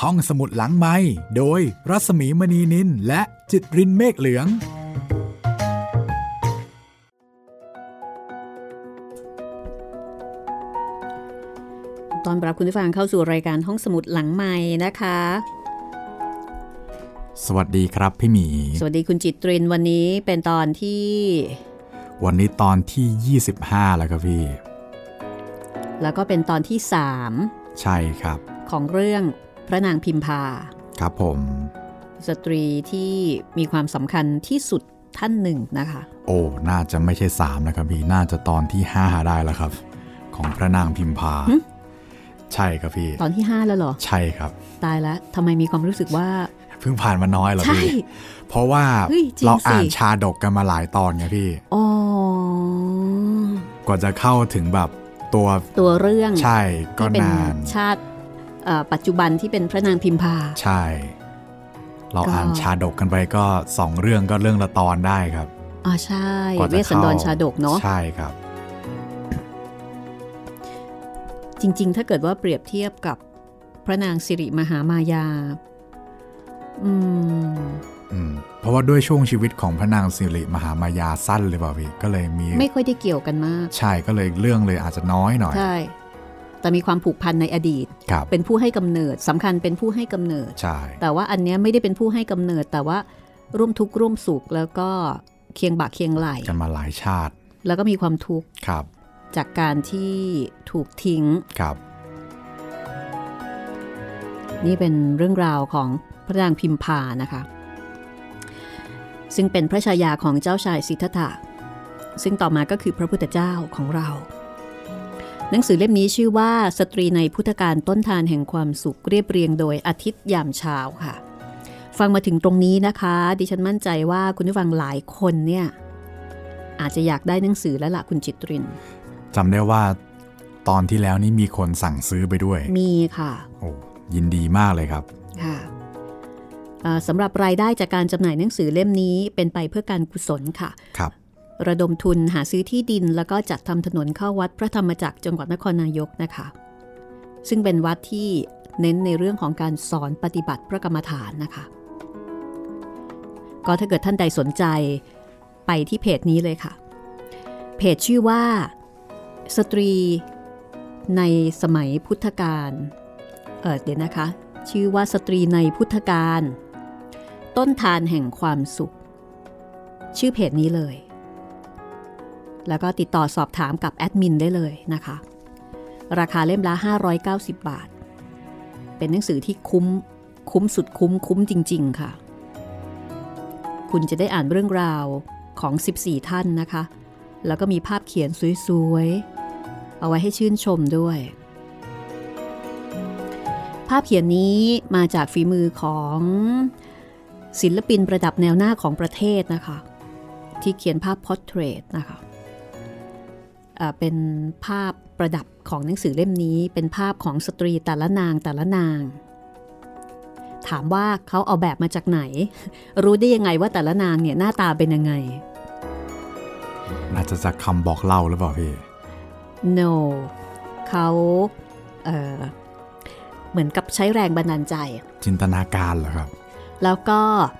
ห้องสมุดหลังไมค์โดยรัศมีมณีนินและจิตรินเมฆเหลืองตอนรับคุณผู้ฟังเข้าสู่รายการห้องสมุดหลังไมค์นะคะสวัสดีครับพี่หมีสวัสดีคุณจิตรินวันนี้เป็นตอนที่วันนี้ตอนที่25แล้วครับพี่แล้วก็เป็นตอนที่3 ใช่ครับของเรื่องพระนางพิมพาครับผมสตรีที่มีความสำคัญที่สุดท่านหนึ่งนะคะโอ้น่าจะไม่ใช่3นะครับพี่น่าจะตอนที่5ได้แล้วครับของพระนางพิมพาใช่ครับพี่ตอนที่5แล้วเหรอใช่ครับตายแล้วทำไมมีความรู้สึกว่าเพิ่งผ่านมาน้อยเหรอพี่เพราะว่าเราอ่านชาดกกันมาหลายตอนไงพี่อ๋อกว่าจะเข้าถึงแบบตัวเรื่องใช่ก็นานชาติปัจจุบันที่เป็นพระนางพิมพาใช่เราอ่านชาดกกันไปก็2เรื่องก็เรื่องละตอนได้ครับใช่เวสสันดรชาดกเนาะใช่ครับจริงๆถ้าเกิดว่าเปรียบเทียบกับพระนางสิริมหามายาเพราะว่าด้วยช่วงชีวิตของพระนางสิริมหามายาสั้นเลยเปล่าพี่ก็เลยมีไม่ค่อยได้เกี่ยวกันมากใช่ก็เลยเรื่องเลยอาจจะน้อยหน่อยใช่แต่มีความผูกพันในอดีตเป็นผู้ให้กำเนิดสำคัญเป็นผู้ให้กำเนิดใช่แต่ว่าอันนี้ไม่ได้เป็นผู้ให้กำเนิดแต่ว่าร่วมทุกข์ร่วมสุขแล้วก็เคียงบ่าเคียงไหลกันมาหลายชาติแล้วก็มีความทุกข์ครับจากการที่ถูกทิ้งครับนี่เป็นเรื่องราวของพระนางพิมพานะคะซึ่งเป็นพระชายาของเจ้าชายสิทธัตถะซึ่งต่อมาก็คือพระพุทธเจ้าของเราหนังสือเล่มนี้ชื่อว่าสตรีในพุทธกาลต้นทานแห่งความสุขเรียบเรียงโดยอาทิตย์ยามเช้าค่ะฟังมาถึงตรงนี้นะคะดิฉันมั่นใจว่าคุณผู้ฟังหลายคนเนี่ยอาจจะอยากได้หนังสือแล้วล่ะคุณจิตรินจำได้ว่าตอนที่แล้วนี่มีคนสั่งซื้อไปด้วยมีค่ะโอ้ยินดีมากเลยครับค่ะสำหรับรายได้จากการจำหน่ายหนังสือเล่มนี้เป็นไปเพื่อการกุศลค่ะครับระดมทุนหาซื้อที่ดินแล้วก็จัดทำถนนเข้าวัดพระธรรมจักรจังหวัดนครนายกนะคะซึ่งเป็นวัดที่เน้นในเรื่องของการสอนปฏิบัติพระกรรมฐานนะคะก็ถ้าเกิดท่านใดสนใจไปที่เพจนี้เลยค่ะเพจชื่อว่าสตรีในสมัยพุทธกาลเดี๋ยวนะคะชื่อว่าสตรีในพุทธกาลต้นทานแห่งความสุขชื่อเพจนี้เลยแล้วก็ติดต่อสอบถามกับแอดมินได้เลยนะคะราคาเล่มละ590 บาทเป็นหนังสือที่คุ้มสุดคุ้มจริงๆค่ะคุณจะได้อ่านเรื่องราวของ14ท่านนะคะแล้วก็มีภาพเขียนสวยๆเอาไว้ให้ชื่นชมด้วยภาพเขียนนี้มาจากฝีมือของศิลปินประดับแนวหน้าของประเทศนะคะที่เขียนภาพพอร์เทรตนะคะเป็นภาพประดับของหนังสือเล่มนี้เป็นภาพของสตรีแต่ละนางถามว่าเขาเอาแบบมาจากไหนรู้ได้ยังไงว่าแต่ละนางเนี่ยหน้าตาเป็นยังไงน่าจะจากคำบอกเล่าหรือเปล่าพี่ No เขาเหมือนกับใช้แรงบันดาลใจจินตนาการเหรอครับแล้วก็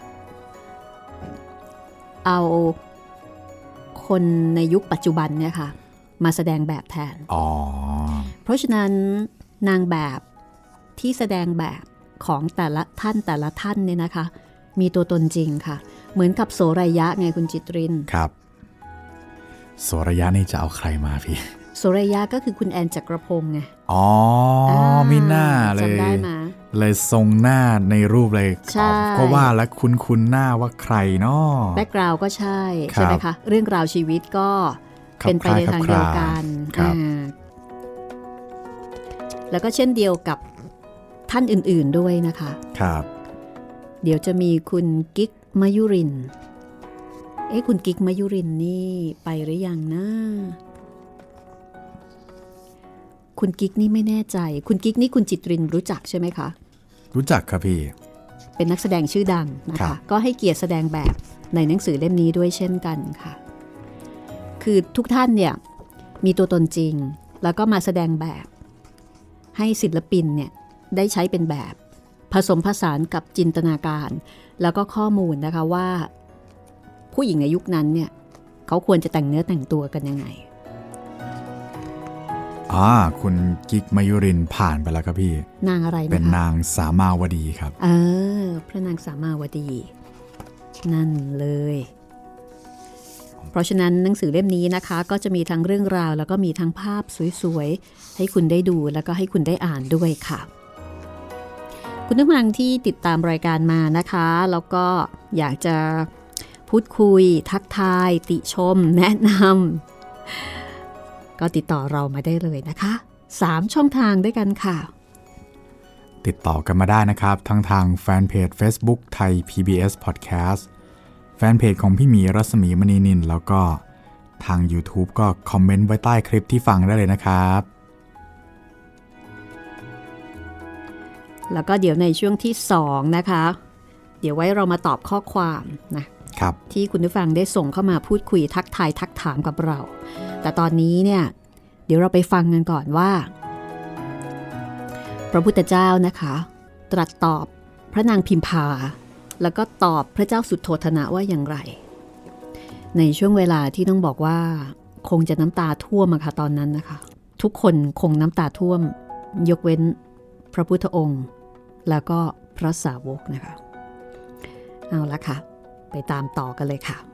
เอาคนในยุคปัจจุบันเนี่ยค่ะมาแสดงแบบแทนเพราะฉะนั้นนางแบบที่แสดงแบบของแต่ละท่านเนี่ยนะคะมีตัวตนจริงค่ะเหมือนกับโสระยะไงคุณจิตรินครับโสระยะนี่จะเอาใครมาพี่โสระยะก็คือคุณแอนจักรพงษ์ไงมีหน้าเลยเลยทรงหน้าในรูปเลยก็ว่าแล้วคุ้นหน้าว่าใครเนาะแบ็คกราวด์ก็ใช่ไหมคะเรื่องราวชีวิตก็เป็นไปในทางเดียวกันแล้วก็เช่นเดียวกับท่านอื่นๆด้วยนะคะครับเดี๋ยวจะมีคุณกิ๊กมยุรินทร์คุณกิ๊กมยุรินทร์นี่ไปหรือยังนะคุณกิ๊กนี่ไม่แน่ใจคุณกิ๊กนี่คุณจิตรินรู้จักใช่ไหมคะรู้จักครับพี่เป็นนักแสดงชื่อดังนะคะก็ให้เกียรติแสดงแบบในหนังสือเล่มนี้ด้วยเช่นกันค่ะคือทุกท่านเนี่ยมีตัวตนจริงแล้วก็มาแสดงแบบให้ศิลปินเนี่ยได้ใช้เป็นแบบผผสมผสานกับจินตนาการแล้วก็ข้อมูลนะคะว่าผู้หญิงในยุคนั้นเนี่ยเขาควรจะแต่งเนื้อแต่งตัวกันยังไงคุณกิ๊กมายุรินผ่านไปแล้วครับพี่นางอะไรนะคะเป็นนางสามาวดีครับพระนางสามาวดีนั่นเลยเพราะฉะนั้นหนังสือเล่มนี้นะคะก็จะมีทั้งเรื่องราวแล้วก็มีทั้งภาพสวยๆให้คุณได้ดูแล้วก็ให้คุณได้อ่านด้วยค่ะคุณผู้ฟังที่ติดตามรายการมานะคะแล้วก็อยากจะพูดคุยทักทายติชมแนะนำก็ติดต่อเรามาได้เลยนะคะ3ช่องทางด้วยกันค่ะติดต่อกันมาได้นะครับทั้งทางแฟนเพจ Facebook ไทย PBS Podcast แฟนเพจของพี่หมีรัศมีมณีนินแล้วก็ทาง YouTube ก็คอมเมนต์ไว้ใต้คลิปที่ฟังได้เลยนะครับแล้วก็เดี๋ยวในช่วงที่2นะคะเดี๋ยวไว้เรามาตอบข้อความนะครับที่คุณผู้ฟังได้ส่งเข้ามาพูดคุยทักทายทักถามกับเราแต่ตอนนี้เนี่ยเดี๋ยวเราไปฟังกันก่อนว่าพระพุทธเจ้านะคะตรัสตอบพระนางพิมพาแล้วก็ตอบพระเจ้าสุโธทนะว่าอย่างไรในช่วงเวลาที่ต้องบอกว่าคงจะน้ำตาท่วมอะค่ะตอนนั้นนะคะทุกคนคงน้ำตาท่วมยกเว้นพระพุทธองค์แล้วก็พระสาวกนะคะเอาละค่ะไปตามต่อกันเลยค่ะ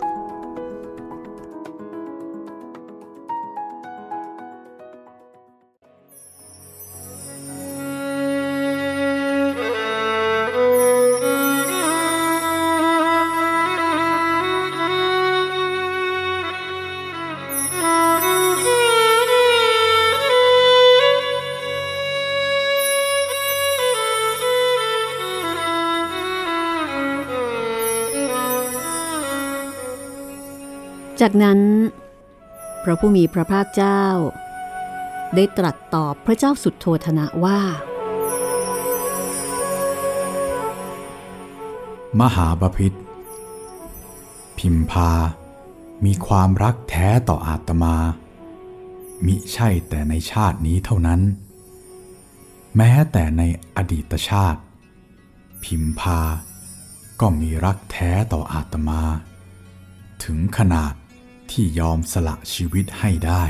จากนั้นพระผู้มีพระภาคเจ้าได้ตรัสตอบพระเจ้าสุโธทนะว่ามหาบพิตรพิมพามีความรักแท้ต่ออาตมามิใช่แต่ในชาตินี้เท่านั้นแม้แต่ในอดีตชาติพิมพาก็มีรักแท้ต่ออาตมาถึงขนาดที่ยอมสละชีวิตให้ได้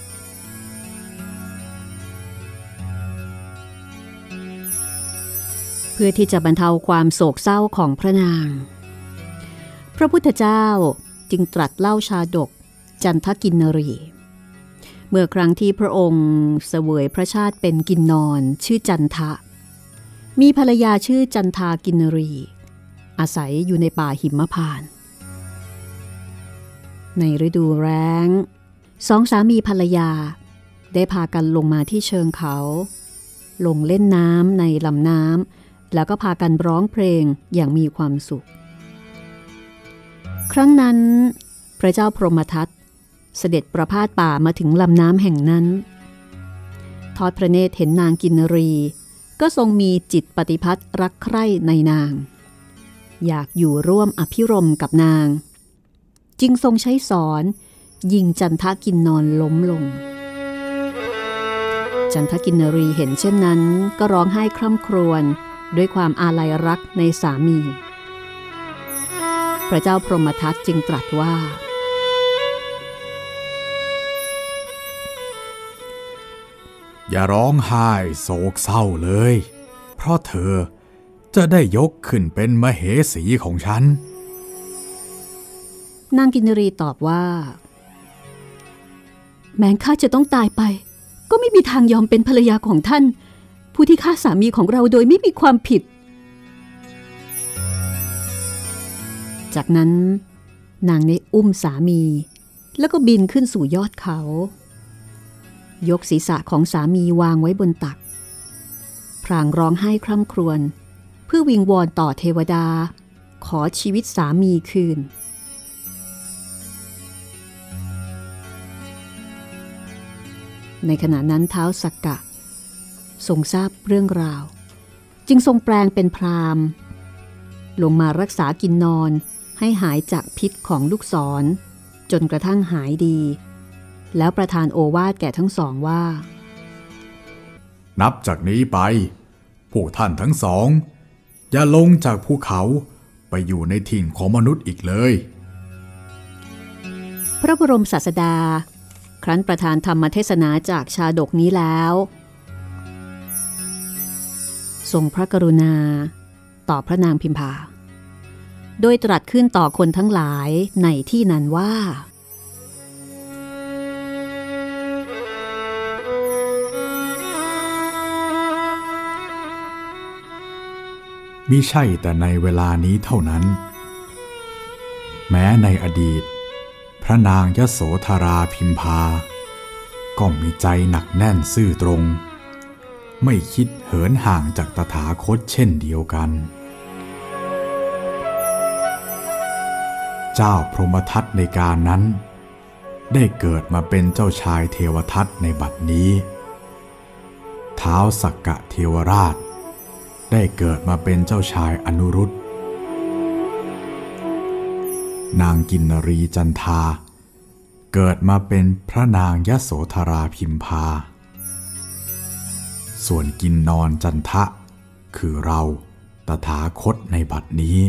เพื่อที่จะบรรเทาความโศกเศร้าของพระนางพระพุทธเจ้าจึงตรัสเล่าชาดกจันทกินนรีเมื่อครั้งที่พระองค์เสวยพระชาติเป็นกินนรชื่อจันทะมีภรรยาชื่อจันทากินนรีอาศัยอยู่ในป่าหิมพานต์ในฤดูแล้งสองสามีภรรยาได้พากันลงมาที่เชิงเขาลงเล่นน้ำในลำน้ำแล้วก็พากันร้องเพลงอย่างมีความสุขครั้งนั้นพระเจ้าพรหมทัตเสด็จประพาสป่ามาถึงลำน้ำแห่งนั้นทอดพระเนตรเห็นนางกินนรีก็ทรงมีจิตปฏิภัทรักใคร่ในนางอยากอยู่ร่วมอภิรมย์กับนางจึงทรงใช้ศรยิงจันทกินนรล้มลงจันทกินนรีเห็นเช่นนั้นก็ร้องไห้คร่ำครวญด้วยความอาลัยรักในสามีพระเจ้าพรหมทัตจึงตรัสว่าอย่าร้องไห้โศกเศร้าเลยเพราะเธอจะได้ยกขึ้นเป็นมเหสีของฉันนางกินนรีตอบว่าแม้ข้าจะต้องตายไปก็ไม่มีทางยอมเป็นภรรยาของท่านผู้ที่ฆ่าสามีของเราโดยไม่มีความผิดจากนั้นนางได้อุ้มสามีแล้วก็บินขึ้นสู่ยอดเขายกศีรษะของสามีวางไว้บนตักพลางร้องไห้คร่ำครวญเพื่อวิงวอนต่อเทวดาขอชีวิตสามีคืนในขณะนั้นท้าวสักกะทรงทราบเรื่องราวจึงทรงแปลงเป็นพราหมณ์ลงมารักษากินนอนให้หายจากพิษของลูกศรจนกระทั่งหายดีแล้วประทานโอวาทแก่ทั้งสองว่านับจากนี้ไปพวกท่านทั้งสองอย่าลงจากภูเขาไปอยู่ในถิ่นของมนุษย์อีกเลยพระบรมศาสดาครั้นประทานธรรมเทศนาจากชาดกนี้แล้วทรงพระกรุณาต่อพระนางพิมพาโดยตรัสขึ้นต่อคนทั้งหลายในที่นั้นว่ามิใช่แต่ในเวลานี้เท่านั้นแม้ในอดีตพระนางยโสธราพิมพาก็มีใจหนักแน่นซื่อตรงไม่คิดเหินห่างจากตถาคตเช่นเดียวกันเจ้าพรหมทัตในการนั้นได้เกิดมาเป็นเจ้าชายเทวทัตในบัดนี้ท้าวสักกะเทวราชได้เกิดมาเป็นเจ้าชายอนุรุตนางกินนรีจันทาเกิดมาเป็นพระนางยโสธราพิมพาส่วนกินนรจันทะคือเราตถาคตในบัดนี้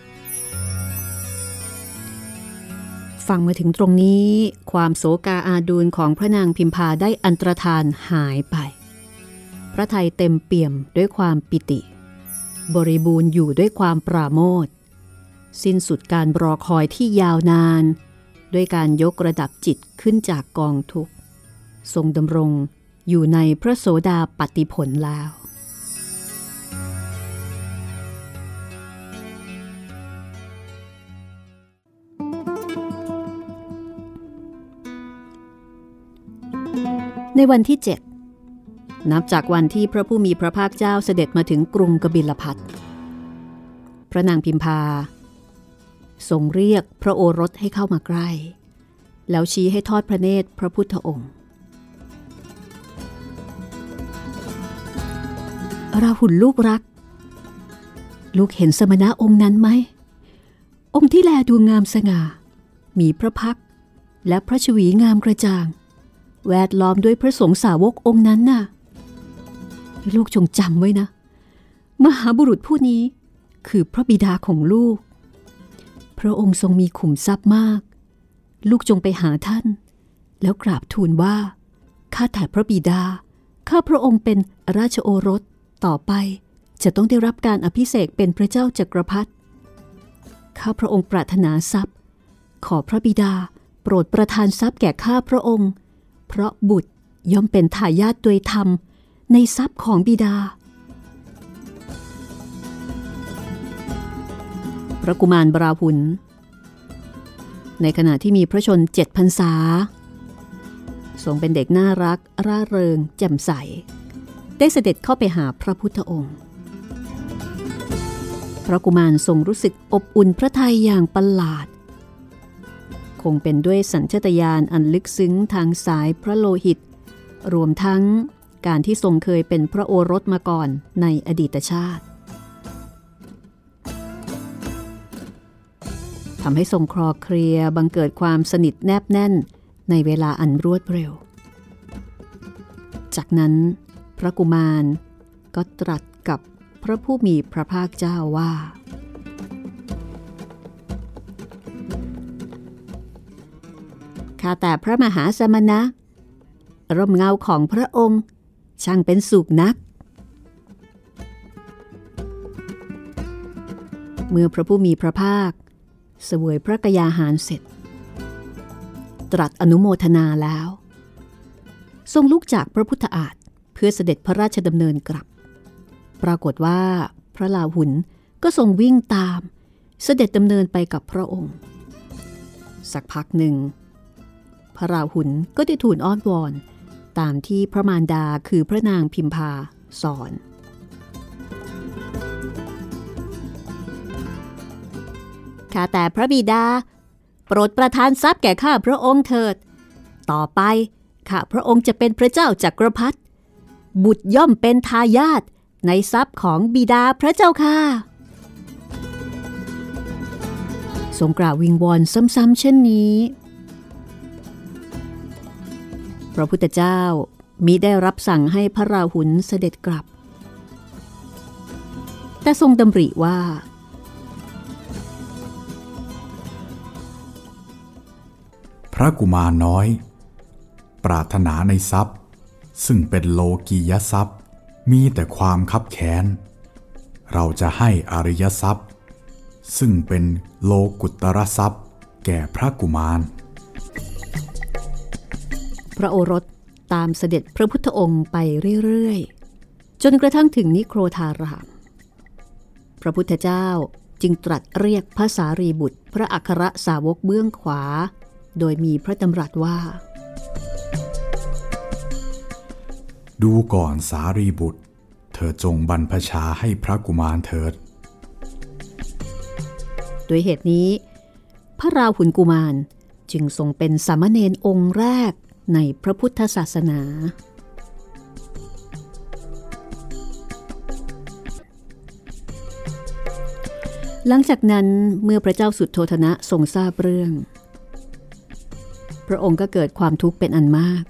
ฟังมาถึงตรงนี้ความโศกาอาดูลของพระนางพิมพาได้อันตรธานหายไปพระทัยเต็มเปี่ยมด้วยความปิติบริบูรณ์อยู่ด้วยความปราโมทย์สิ้นสุดการรอคอยที่ยาวนานด้วยการยกระดับจิตขึ้นจากกองทุกข์ทรงดำรงอยู่ในพระโสดาปัตติผลแล้วในวันที่ 7นับจากวันที่พระผู้มีพระภาคเจ้าเสด็จมาถึงกรุงกบิลพัสพระนางพิมพาทรงเรียกพระโอรสให้เข้ามาใกล้แล้วชี้ให้ทอดพระเนตรพระพุทธองค์ราหุลลูกรักลูกเห็นสมณะองค์นั้นไหมองค์ที่แลดูงามสง่ามีพระพักตร์และพระชวีงามกระจ่างแวดล้อมด้วยพระสงฆ์สาวกองค์นั้นน่ะลูกจงจำไว้นะมหาบุรุษผู้นี้คือพระบิดาของลูกพระองค์ทรงมีขุมทรัพย์มากลูกจงไปหาท่านแล้วกราบทูลว่าข้าแต่พระบิดาข้าพระองค์เป็นราชโอรสต่อไปจะต้องได้รับการอภิเษกเป็นพระเจ้าจักรพรรดิข้าพระองค์ปรารถนาทรัพย์ขอพระบิดาโปรดประทานทรัพย์แก่ข้าพระองค์เพราะบุตรย่อมเป็นทายาทโดยธรรมในทรัพย์ของบิดาพระกุมารบราหุลในขณะที่มีพระชน7 พรรษาทรงเป็นเด็กน่ารักร่าเริงแจ่มใสได้เสด็จเข้าไปหาพระพุทธองค์พระกุมารทรงรู้สึกอบอุ่นพระทัยอย่างประหลาดคงเป็นด้วยสัญชาตญาณอันลึกซึ้งทางสายพระโลหิตรวมทั้งการที่ทรงเคยเป็นพระโอรสมาก่อนในอดีตชาติทำให้ทรงคลอเคลียบังเกิดความสนิทแนบแน่นในเวลาอันรวดเร็วจากนั้นพระกุมารก็ตรัสกับพระผู้มีพระภาคเจ้าว่าข้าแต่พระมหาสมณะร่มเงาของพระองค์ช่างเป็นสุขนักเมื่อพระผู้มีพระภาคเสวยพระกยาหารเสร็จตรัสอนุโมทนาแล้วทรงลุกจากพระพุทธอาฏเพื่อเสด็จพระราชดำเนินกลับปรากฏว่าพระราหุลก็ทรงวิ่งตามเสด็จดำเนินไปกับพระองค์สักพักหนึ่งพระราหุลก็ได้ทูลอ้อนวอนตามที่พระมารดาคือพระนางพิมพาสอนข้าแต่พระบิดาโปรดประทานทรัพย์แก่ข้าพระองค์เถิดต่อไปข้าพระองค์จะเป็นพระเจ้าจักรพรรดิบุตรย่อมเป็นทายาทในทรัพย์ของบิดาพระเจ้าค่ะทรงกล่าววิงวอนซ้ำๆเช่นนี้พระพุทธเจ้ามิได้รับสั่งให้พระราหุลเสด็จกลับแต่ทรงดำริว่าพระกุมารน้อยปรารถนาในทรัพย์ซึ่งเป็นโลกียทรัพย์มีแต่ความคับแค้นเราจะให้อริยทรัพย์ซึ่งเป็นโลกุตตรทรัพย์แก่พระกุมารพระโอรสตามเสด็จพระพุทธองค์ไปเรื่อยๆจนกระทั่งถึงนิโครธารามพระพุทธเจ้าจึงตรัสเรียกพระสารีบุตรพระอัครสาวกเบื้องขวาโดยมีพระดำรัสว่าดูก่อนสารีบุตรเธอจงบรรพชาให้พระกุมารเถิดโดยเหตุนี้พระราหุลกุมารจึงทรงเป็นสามเณรองค์แรกในพระพุทธศาสนาหลังจากนั้นเมื่อพระเจ้าสุทโธทนะทรงทราบเรื่องพระองค์ก็เกิดความทุกข์เป็นอันมาก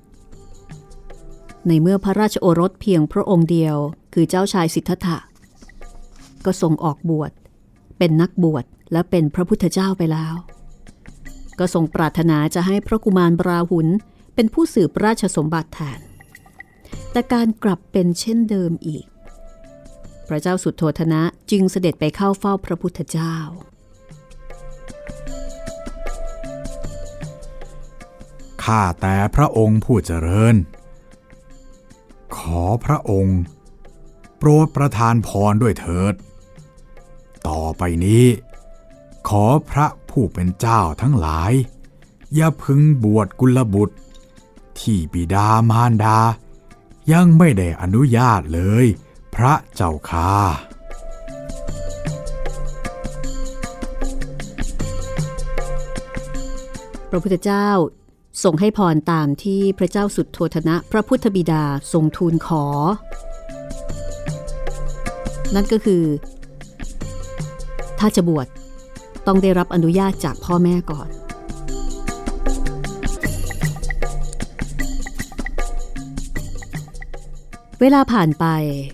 ในเมื่อพระราชโอรสเพียงพระองค์เดียวคือเจ้าชายสิทธัตถะก็ทรงออกบวชเป็นนักบวชและเป็นพระพุทธเจ้าไปแล้วก็ทรงปรารถนาจะให้พระกุมารราหุลเป็นผู้สืบราชสมบัติแทนแต่การกลับเป็นเช่นเดิมอีกพระเจ้าสุทโธทนะจึงเสด็จไปเข้าเฝ้าพระพุทธเจ้าข้าแต่พระองค์ผู้เจริญขอพระองค์โปรดประทานพรด้วยเถิดต่อไปนี้ขอพระผู้เป็นเจ้าทั้งหลายอย่าพึงบวชกุลบุตรที่บิดามารดายังไม่ได้อนุญาตเลยพระเจ้าค่าพระพุทธเจ้าทรงให้พรตามที่พระเจ้าสุทโธทนะพระพุทธบิดาทรงทูลขอนั่นก็คือถ้าจะบวชต้องได้รับอนุญาตจากพ่อแม่ก่อนเวลาผ่านไป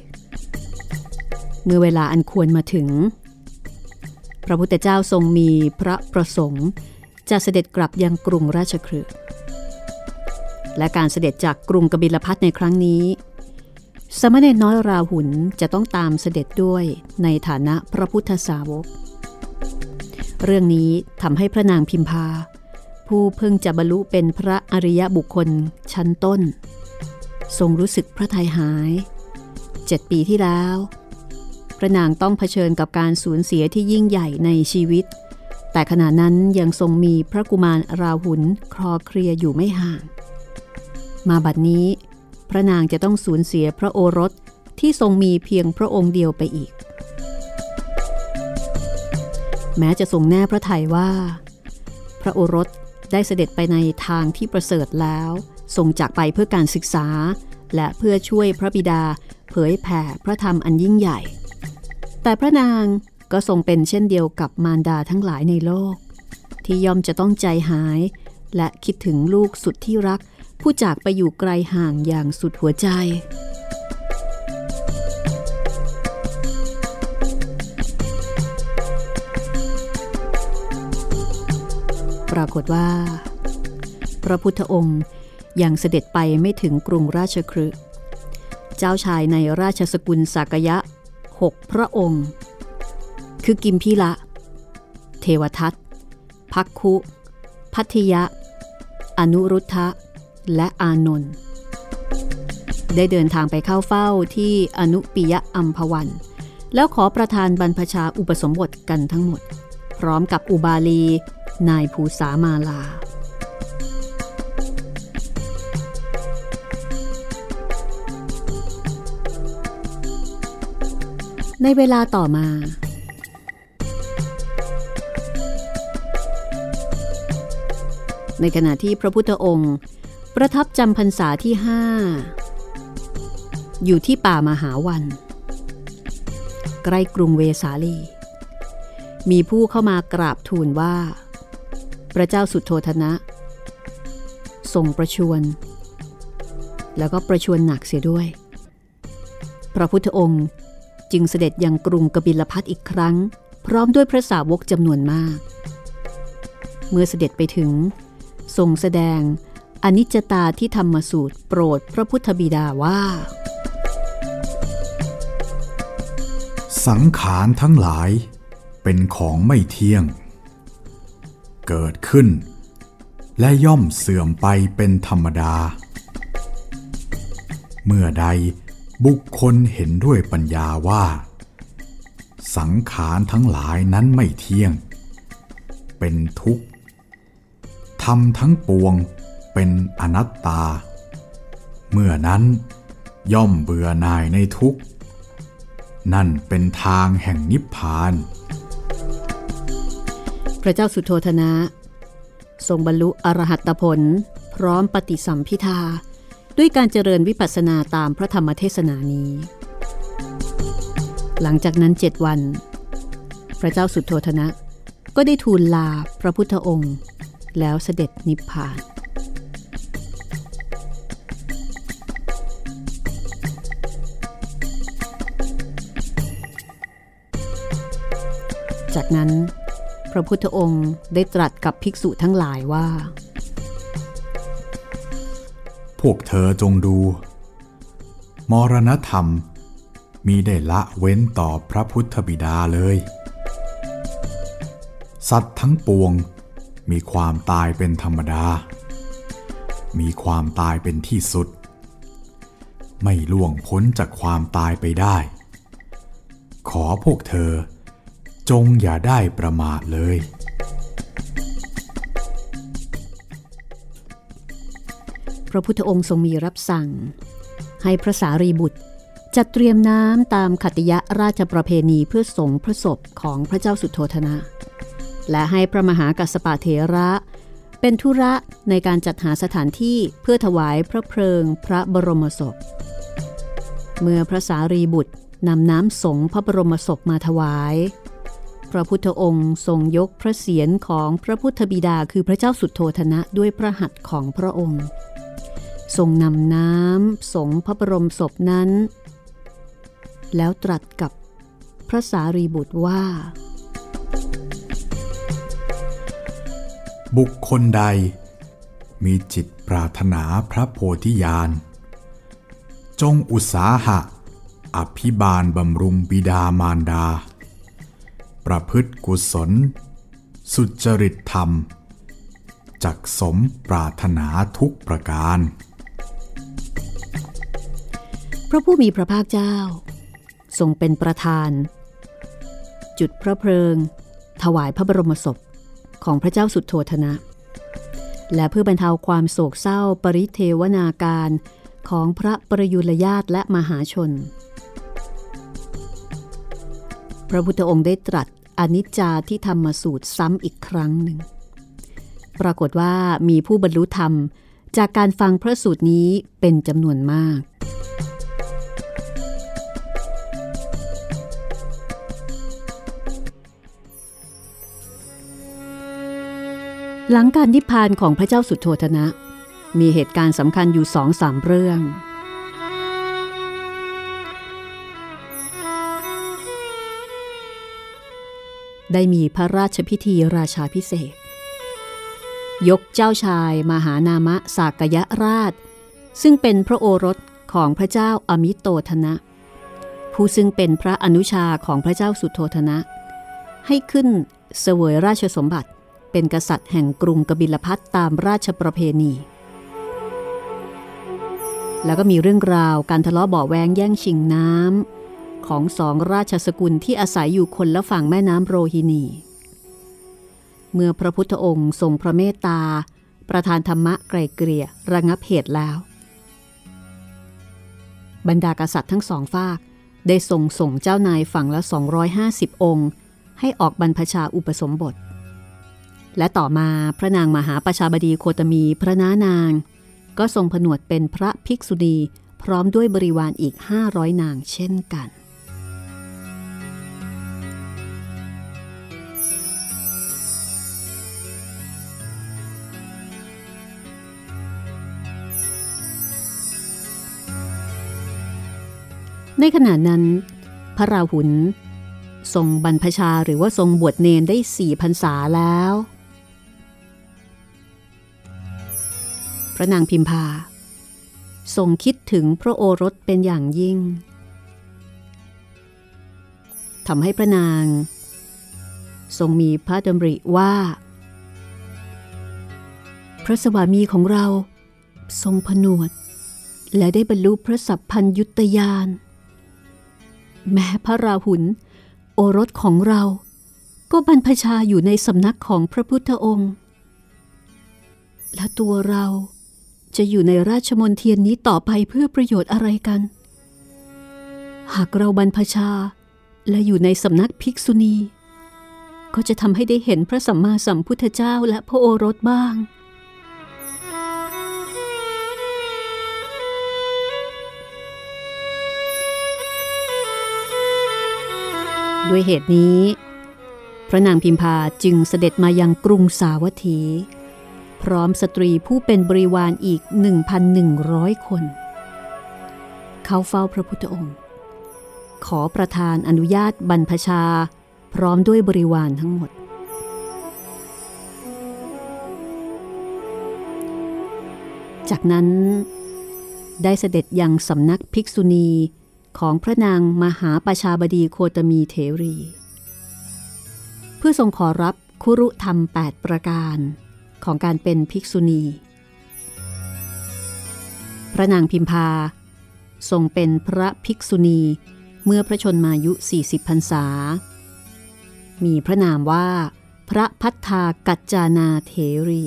เมื่อเวลาอันควรมาถึงพระพุทธเจ้าทรงมีพระประสงค์จะเสด็จกลับยังกรุงราชคฤห์และการเสด็จจากกรุงกบิลพัสในครั้งนี้สมณเณรน้อยราหุลจะต้องตามเสด็จด้วยในฐานะพระพุทธสาวกเรื่องนี้ทำให้พระนางพิมพาผู้เพิ่งจะบรรลุเป็นพระอริยบุคคลชั้นต้นทรงรู้สึกพระทัยหาย7 ปีที่แล้วพระนางต้องเผชิญกับการสูญเสียที่ยิ่งใหญ่ในชีวิตแต่ขณะนั้นยังทรงมีพระกุมารราหุลคลอเคลียอยู่ไม่ห่างมาบัดนี้พระนางจะต้องสูญเสียพระโอรสที่ทรงมีเพียงพระองค์เดียวไปอีกแม้จะทรงแน่พระทัยว่าพระโอรสได้เสด็จไปในทางที่ประเสริฐแล้วทรงจากไปเพื่อการศึกษาและเพื่อช่วยพระบิดาเผยแผ่พระธรรมอันยิ่งใหญ่แต่พระนางก็ทรงเป็นเช่นเดียวกับมารดาทั้งหลายในโลกที่ย่อมจะต้องใจหายและคิดถึงลูกสุดที่รักผู้จากไปอยู่ไกลห่างอย่างสุดหัวใจปรากฏว่าพระพุทธองค์ยังเสด็จไปไม่ถึงกรุงราชคฤห์เจ้าชายในราชสกุลสากยะ6 พระองค์คือกิมพิละเทวทัตภักคุพัทยะอนุรุทธะและอานนท์ได้เดินทางไปเข้าเฝ้าที่อนุปิยอัมพวันแล้วขอประทานบรรพชาอุปสมบทกันทั้งหมดพร้อมกับอุบาลีนายภูสามาลาในเวลาต่อมาในขณะที่พระพุทธองค์ประทับจำพรรษาที่5อยู่ที่ป่ามหาวันใกล้กรุงเวสาลีมีผู้เข้ามากราบทูลว่าพระเจ้าสุทโธทนะทรงประชวรแล้วก็ประชวรหนักเสียด้วยพระพุทธองค์จึงเสด็จยังกรุงกบิลพัสอีกครั้งพร้อมด้วยพระสาวกจำนวนมากเมื่อเสด็จไปถึงทรงแสดงอนิจจตาที่ธรรมสูตรโปรดพระพุทธบิดาว่าสังขารทั้งหลายเป็นของไม่เที่ยงเกิดขึ้นและย่อมเสื่อมไปเป็นธรรมดาเมื่อใดบุคคลเห็นด้วยปัญญาว่าสังขารทั้งหลายนั้นไม่เที่ยงเป็นทุกข์ธรรมทั้งปวงเป็นอนัตตาเมื่อนั้นย่อมเบื่อหน่ายในทุกข์นั่นเป็นทางแห่งนิพพานพระเจ้าสุโธทนะทรงบรรลุอรหัตผลพร้อมปฏิสัมภิทาด้วยการเจริญวิปัสสนาตามพระธรรมเทศนานี้หลังจากนั้น7 วันพระเจ้าสุโธทนะก็ได้ทูลลาพระพุทธองค์แล้วเสด็จนิพพานจากนั้นพระพุทธองค์ได้ตรัสกับภิกษุทั้งหลายว่าพวกเธอจงดูมรณธรรมมิได้ละเว้นต่อพระพุทธบิดาเลยสัตว์ทั้งปวงมีความตายเป็นธรรมดามีความตายเป็นที่สุดไม่ล่วงพ้นจากความตายไปได้ขอพวกเธอจงอย่าได้ประมาทเลยพระพุทธองค์ทรงมีรับสั่งให้พระสารีบุตรจัดเตรียมน้ำตามขัตติยราชประเพณีเพื่อสงพระศพของพระเจ้าสุโธทนะและให้พระมหากัสสปะเถระเป็นธุระในการจัดหาสถานที่เพื่อถวายพระเพลิงพระบรมศพเมื่อพระสารีบุตรนำน้ำสงพระบรมศพมาถวายพระพุทธองค์ทรงยกพระเศียรของพระพุทธบิดาคือพระเจ้าสุโธทนะด้วยพระหัตถ์ของพระองค์ทรงนำน้ำสงพระบรมศพนั้นแล้วตรัสกับพระสารีบุตรว่าบุคคลใดมีจิตปรารถนาพระโพธิญาณจงอุตสาหะอภิบาลบำรุงบิดามารดาประพฤติกุศลสุจริตธรรมจักสมปรารถนาทุกประการพระผู้มีพระภาคเจ้าทรงเป็นประธานจุดพระเพลิงถวายพระบรมศพของพระเจ้าสุโธทนะและเพื่อบรรเทาความโศกเศร้าปริเทวนาการของพระประยุรญาติและมหาชนพระพุทธองค์ได้ตรัสอนิจจาที่ธรรมสูตรซ้ำอีกครั้งหนึ่งปรากฏว่ามีผู้บรรลุธรรมจากการฟังพระสูตรนี้เป็นจำนวนมากหลังการนิพพานของพระเจ้าสุโธทนะมีเหตุการณ์สำคัญอยู่ 2-3 เรื่องได้มีพระราชพิธีราชาภิเษกยกเจ้าชายมหานามะสากยราชซึ่งเป็นพระโอรสของพระเจ้าอมิโตทนะผู้ซึ่งเป็นพระอนุชาของพระเจ้าสุโธทนะให้ขึ้นเสวยราชสมบัติเป็นกษัตริย์แห่งกรุงกบิลพัสตามราชประเพณีแล้วก็มีเรื่องราวการทะเลาะเบาะแว้งแย่งชิงน้ำของ2 ราชสกุลที่อาศัยอยู่คนละฝั่งแม่น้ำโรฮินีเมื่อพระพุทธองค์ทรงพระเมตตาประทานธรรมะไกล่เกลี่ยระงับเหตุแล้วบรรดากษัตริย์ทั้ง2 ฝากได้ส่งเจ้านายฝั่งละ250 องค์ให้ออกบรรพชาอุปสมบทและต่อมาพระนางมหาประชาบดีโคตมีพระน้านางก็ทรงผนวดเป็นพระภิกษุณีพร้อมด้วยบริวารอีก500 นางเช่นกันในขณะนั้นพระราหุลทรงบรรพชาหรือว่าทรงบวชเนรได้4 พรรษาแล้วพระนางพิมพาทรงคิดถึงพระโอรสเป็นอย่างยิ่งทำให้พระนางทรงมีพระดำริว่าพระสวามีของเราทรงผนวดและได้บรรลุพระสัพพัญญุตญาณแม้พระราหุลโอรสของเราก็บรรพชาอยู่ในสำนักของพระพุทธองค์และตัวเราจะอยู่ในราชมณฑลนี้ต่อไปเพื่อประโยชน์อะไรกันหากเราบรรพชาและอยู่ในสำนักภิกษุณีก็จะทำให้ได้เห็นพระสัมมาสัมพุทธเจ้าและพระโอรสบ้างด้วยเหตุนี้พระนางพิมพาจึงเสด็จมายังกรุงสาวัตถีพร้อมสตรีผู้เป็นบริวารอีก 1,100 คนเข้าเฝ้าพระพุทธองค์ขอประทานอนุญาตบรรพชาพร้อมด้วยบริวารทั้งหมดจากนั้นได้เสด็จยังสำนักภิกษุณีของพระนางมหาประชาบดีโคตมีเถรีเพื่อทรงขอรับคุรุธรรม8 ประการของการเป็นภิกษุณีพระนางพิมพาทรงเป็นพระภิกษุณีเมื่อพระชนมายุ40 พรรษามีพระนามว่าพระภัททากัจจานาเถรี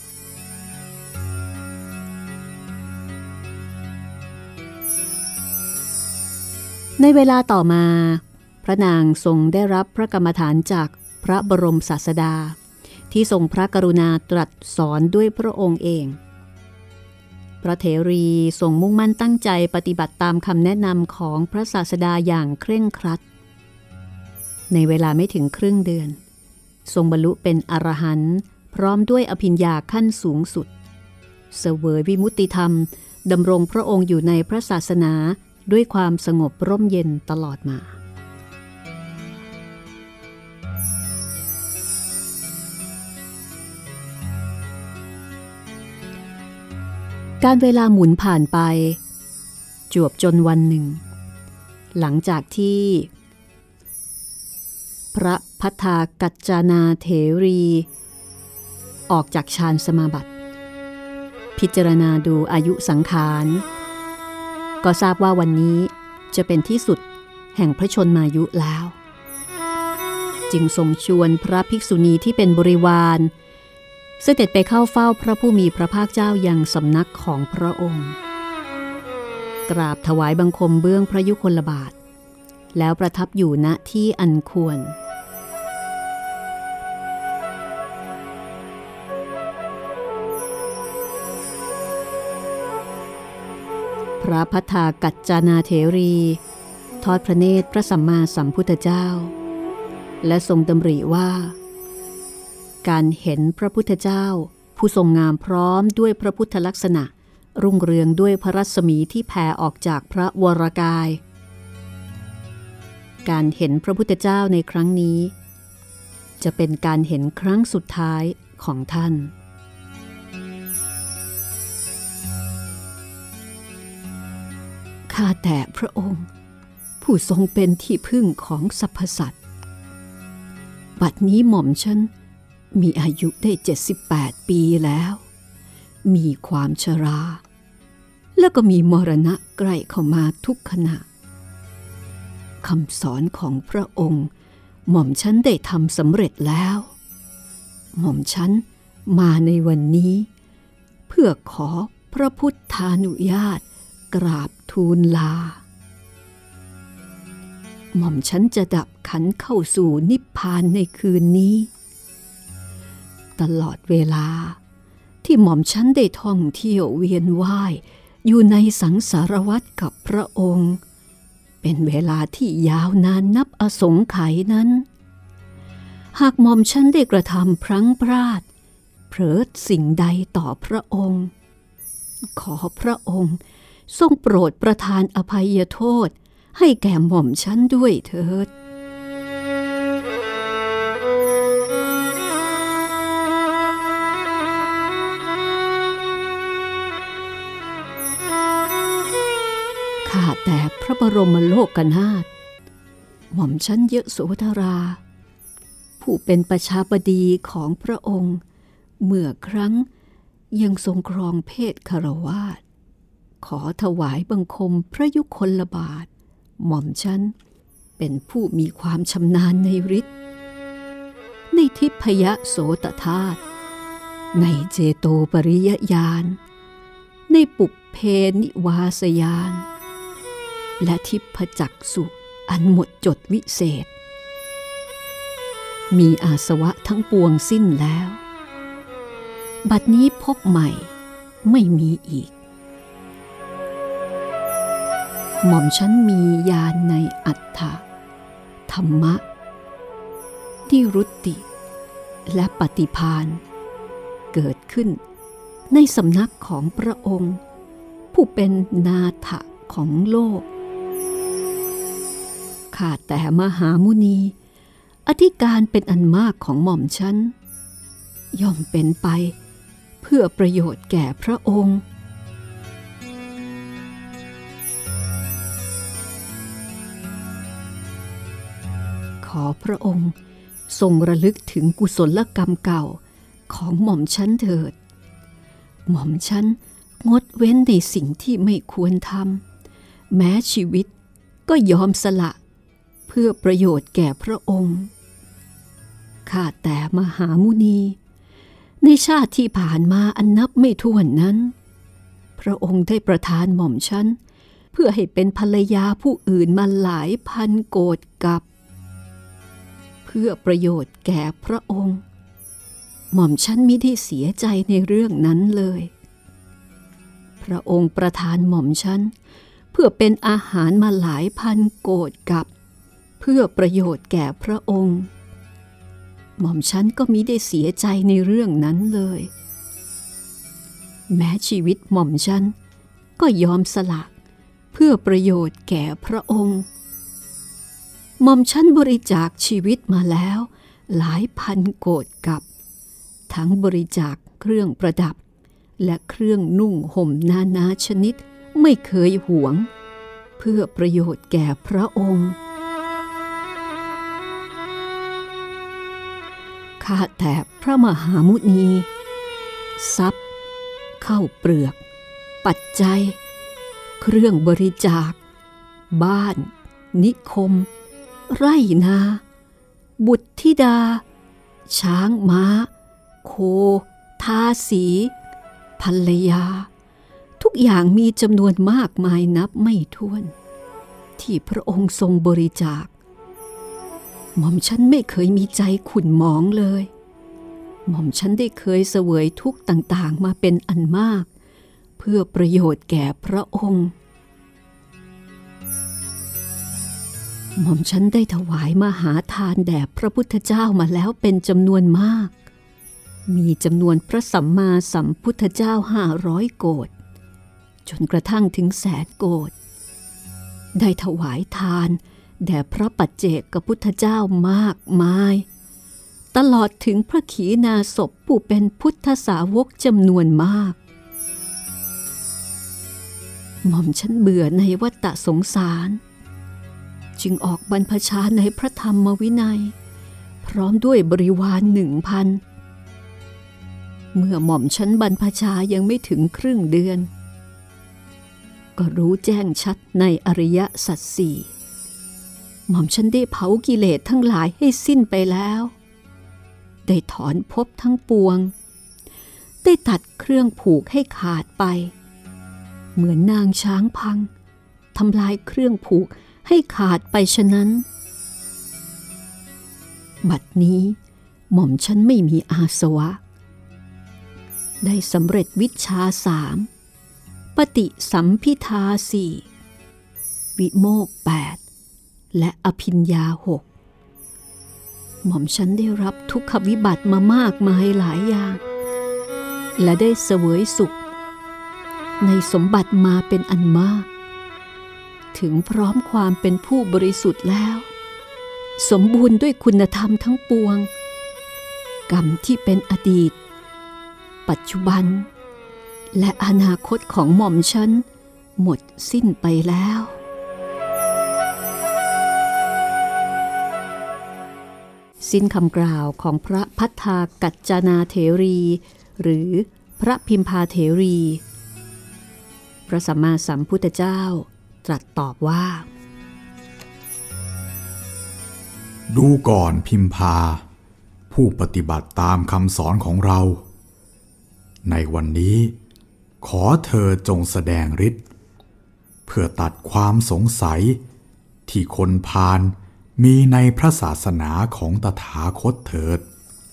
ในเวลาต่อมาพระนางทรงได้รับพระกรรมฐานจากพระบรมศาสดาที่ทรงพระกรุณาตรัสสอนด้วยพระองค์เองพระเถรีทรงมุ่งมั่นตั้งใจปฏิบัติตามคำแนะนำของพระศาสดาอย่างเคร่งครัดในเวลาไม่ถึงครึ่งเดือนทรงบรรลุเป็นอรหันต์พร้อมด้วยอภิญญาขั้นสูงสุดเสวยวิมุตติธรรมดำรงพระองค์อยู่ในพระศาสนาด้วยความสงบร่มเย็นตลอดมาการเวลาหมุนผ่านไปจวบจนวันหนึ่งหลังจากที่พระภัททากัจจานาเถรีออกจากฌานสมาบัติพิจารณาดูอายุสังขารก็ทราบว่าวันนี้จะเป็นที่สุดแห่งพระชนมายุแล้วจึงทรงชวนพระภิกษุณีที่เป็นบริวารเสด็จไปเข้าเฝ้าพระผู้มีพระภาคเจ้ายังสำนักของพระองค์กราบถวายบังคมเบื้องพระยุคลบาทแล้วประทับอยู่ณที่อันควรพระภัททากัจจานาเถรีทอดพระเนตรพระสัมมาสัมพุทธเจ้าและทรงดำริว่าการเห็นพระพุทธเจ้าผู้ทรงงามพร้อมด้วยพระพุทธลักษณะรุ่งเรืองด้วยพระรัศมีที่แผ่ออกจากพระวรกายการเห็นพระพุทธเจ้าในครั้งนี้จะเป็นการเห็นครั้งสุดท้ายของท่านข้าแต่พระองค์ผู้ทรงเป็นที่พึ่งของสรรพสัตว์บัดนี้หม่อมฉันมีอายุได้78 ปีแล้วมีความชราแล้วก็มีมรณะใกล้เข้ามาทุกขณะคำสอนของพระองค์หม่อมฉันได้ทำสำเร็จแล้วหม่อมฉันมาในวันนี้เพื่อขอพระพุทธานุญาตกราบทูลลาหม่อมฉันจะดับขันเข้าสู่นิพพานในคืนนี้ตลอดเวลาที่หม่อมฉันได้ท่องเที่ยวเวียนว่ายอยู่ในสังสารวัฏกับพระองค์เป็นเวลาที่ยาวนานนับอสงไขยนั้นหากหม่อมฉันได้กระทำพลั้งพลาดเผลอสิ่งใดต่อพระองค์ขอพระองค์ทรงโปรดประทานอภัยโทษให้แก่หม่อมฉันด้วยเถิดข้าแต่พระบรมโลกนาถหม่อมฉันยโสธราผู้เป็นประชาบดีของพระองค์เมื่อครั้งยังทรงครองเพศคฤหัสถ์ขอถวายบังคมพระยุคลบาทหม่อมฉันเป็นผู้มีความชำนาญในฤทธิ์ในทิพยโสตธาตุในเจโตปริยญาณในปุพเพนิวาสญาณและทิพจักษุอันหมดจดวิเศษมีอาสวะทั้งปวงสิ้นแล้วบัดนี้พบใหม่ไม่มีอีกหม่อมฉันมีญาณในอัตถะธรรมะนิรุตติและปฏิภาณเกิดขึ้นในสำนักของพระองค์ผู้เป็นนาถะของโลกข้าแต่มหามุนีอธิการเป็นอันมากของหม่อมฉันย่อมเป็นไปเพื่อประโยชน์แก่พระองค์ขอพระองค์ทรงระลึกถึงกุศลกรรมเก่าของหม่อมฉันเถิดหม่อมฉันงดเว้นในสิ่งที่ไม่ควรทำแม้ชีวิตก็ยอมสละเพื่อประโยชน์แก่พระองค์ข้าแต่มหามุนีในชาติที่ผ่านมาอันนับไม่ถ้วนนั้นพระองค์ได้ประทานหม่อมฉันเพื่อให้เป็นภรรยาผู้อื่นมาหลายพันโกฏกับเพื่อประโยชน์แก่พระองค์หม่อมฉันมิได้เสียใจในเรื่องนั้นเลยพระองค์ประทานหม่อมฉันเพื่อเป็นอาหารมาหลายพันโกฏกับเพื่อประโยชน์แก่พระองค์หม่อมฉันก็มิได้เสียใจในเรื่องนั้นเลยแม้ชีวิตหม่อมฉันก็ยอมสละเพื่อประโยชน์แก่พระองค์หม่อมฉันบริจาคชีวิตมาแล้วหลายพันโกฏกับทั้งบริจาคเครื่องประดับและเครื่องนุ่งห่มนานาชนิดไม่เคยหวงเพื่อประโยชน์แก่พระองค์ข้าแต่พระมหามุนีทรัพย์ข้าวเปลือกปัจจัยเครื่องบริจาคบ้านนิคมไร่นาบุตรธิดาช้างม้าโคทาสีภรรยาทุกอย่างมีจำนวนมากมายนับไม่ถ้วนที่พระองค์ทรงบริจาคหม่อมฉันไม่เคยมีใจขุ่นหมองเลยหม่อมฉันได้เคยเสวยทุกข์ต่างๆมาเป็นอันมากเพื่อประโยชน์แก่พระองค์หม่อมฉันได้ถวายมหาทานแด่พระพุทธเจ้ามาแล้วเป็นจำนวนมากมีจำนวนพระสัมมาสัมพุทธเจ้า500 โกฏจนกระทั่งถึง100,000 โกฏได้ถวายทานแด่พระปัจเจกพุทธเจ้ามากมายตลอดถึงพระขีณาสพผู้เป็นพุทธสาวกจำนวนมากหม่อมฉันเบื่อในวัฏสงสารจึงออกบรรพชาในพระธรรมวินัยพร้อมด้วยบริวาร 1,000 เมื่อหม่อมฉันบรรพชายังไม่ถึงครึ่งเดือนก็รู้แจ้งชัดในอริยสัจสี่หม่อมฉันได้เผากิเลสทั้งหลายให้สิ้นไปแล้วได้ถอนภพทั้งปวงได้ตัดเครื่องผูกให้ขาดไปเหมือนนางช้างพังทำลายเครื่องผูกให้ขาดไปฉะนั้นบัดนี้หม่อมฉันไม่มีอาสวะได้สำเร็จวิชชา3ปฏิสัมภิทา4วิโมกข์8และอภิญญา6หม่อมฉันได้รับทุกขวิบัติมามากมายหลายอย่างและได้เสวยสุขในสมบัติมาเป็นอันมากถึงพร้อมความเป็นผู้บริสุทธิ์แล้วสมบูรณ์ด้วยคุณธรรมทั้งปวงกรรมที่เป็นอดีตปัจจุบันและอนาคตของหม่อมฉันหมดสิ้นไปแล้วสิ้นคำกล่าวของพระพัทธากัจจนาเถรีหรือพระพิมพาเถรีพระสัมมาสัมพุทธเจ้าตรัสตอบว่าดูก่อนพิมพาผู้ปฏิบัติตามคำสอนของเราในวันนี้ขอเธอจงแสดงฤทธิ์เพื่อตัดความสงสัยที่คนพาลมีในพระศาสนาของตถาคตเถิด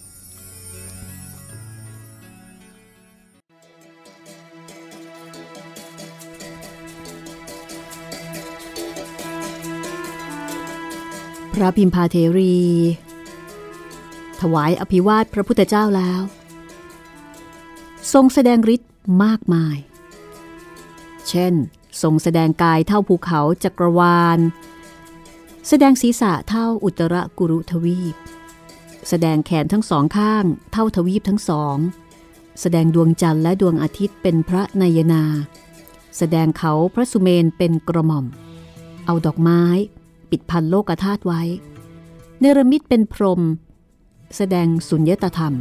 พระพิมพาเถรีถวายอภิวาทพระพุทธเจ้าแล้วทรงแสดงฤทธิ์มากมายเช่นทรงแสดงกายเท่าภูเขาจักรวาลแสดงศีรษะเท่าอุตรกุรุทวีปแสดงแขนทั้งสองข้างเท่าทวีปทั้งสองแสดงดวงจันทร์และดวงอาทิตย์เป็นพระนายนาแสดงเขาพระสุเมนเป็นกระหม่อมเอาดอกไม้ปิดพันโลกธาตุไว้เนรมิตเป็นพรหมแสดงสุญญตธรรม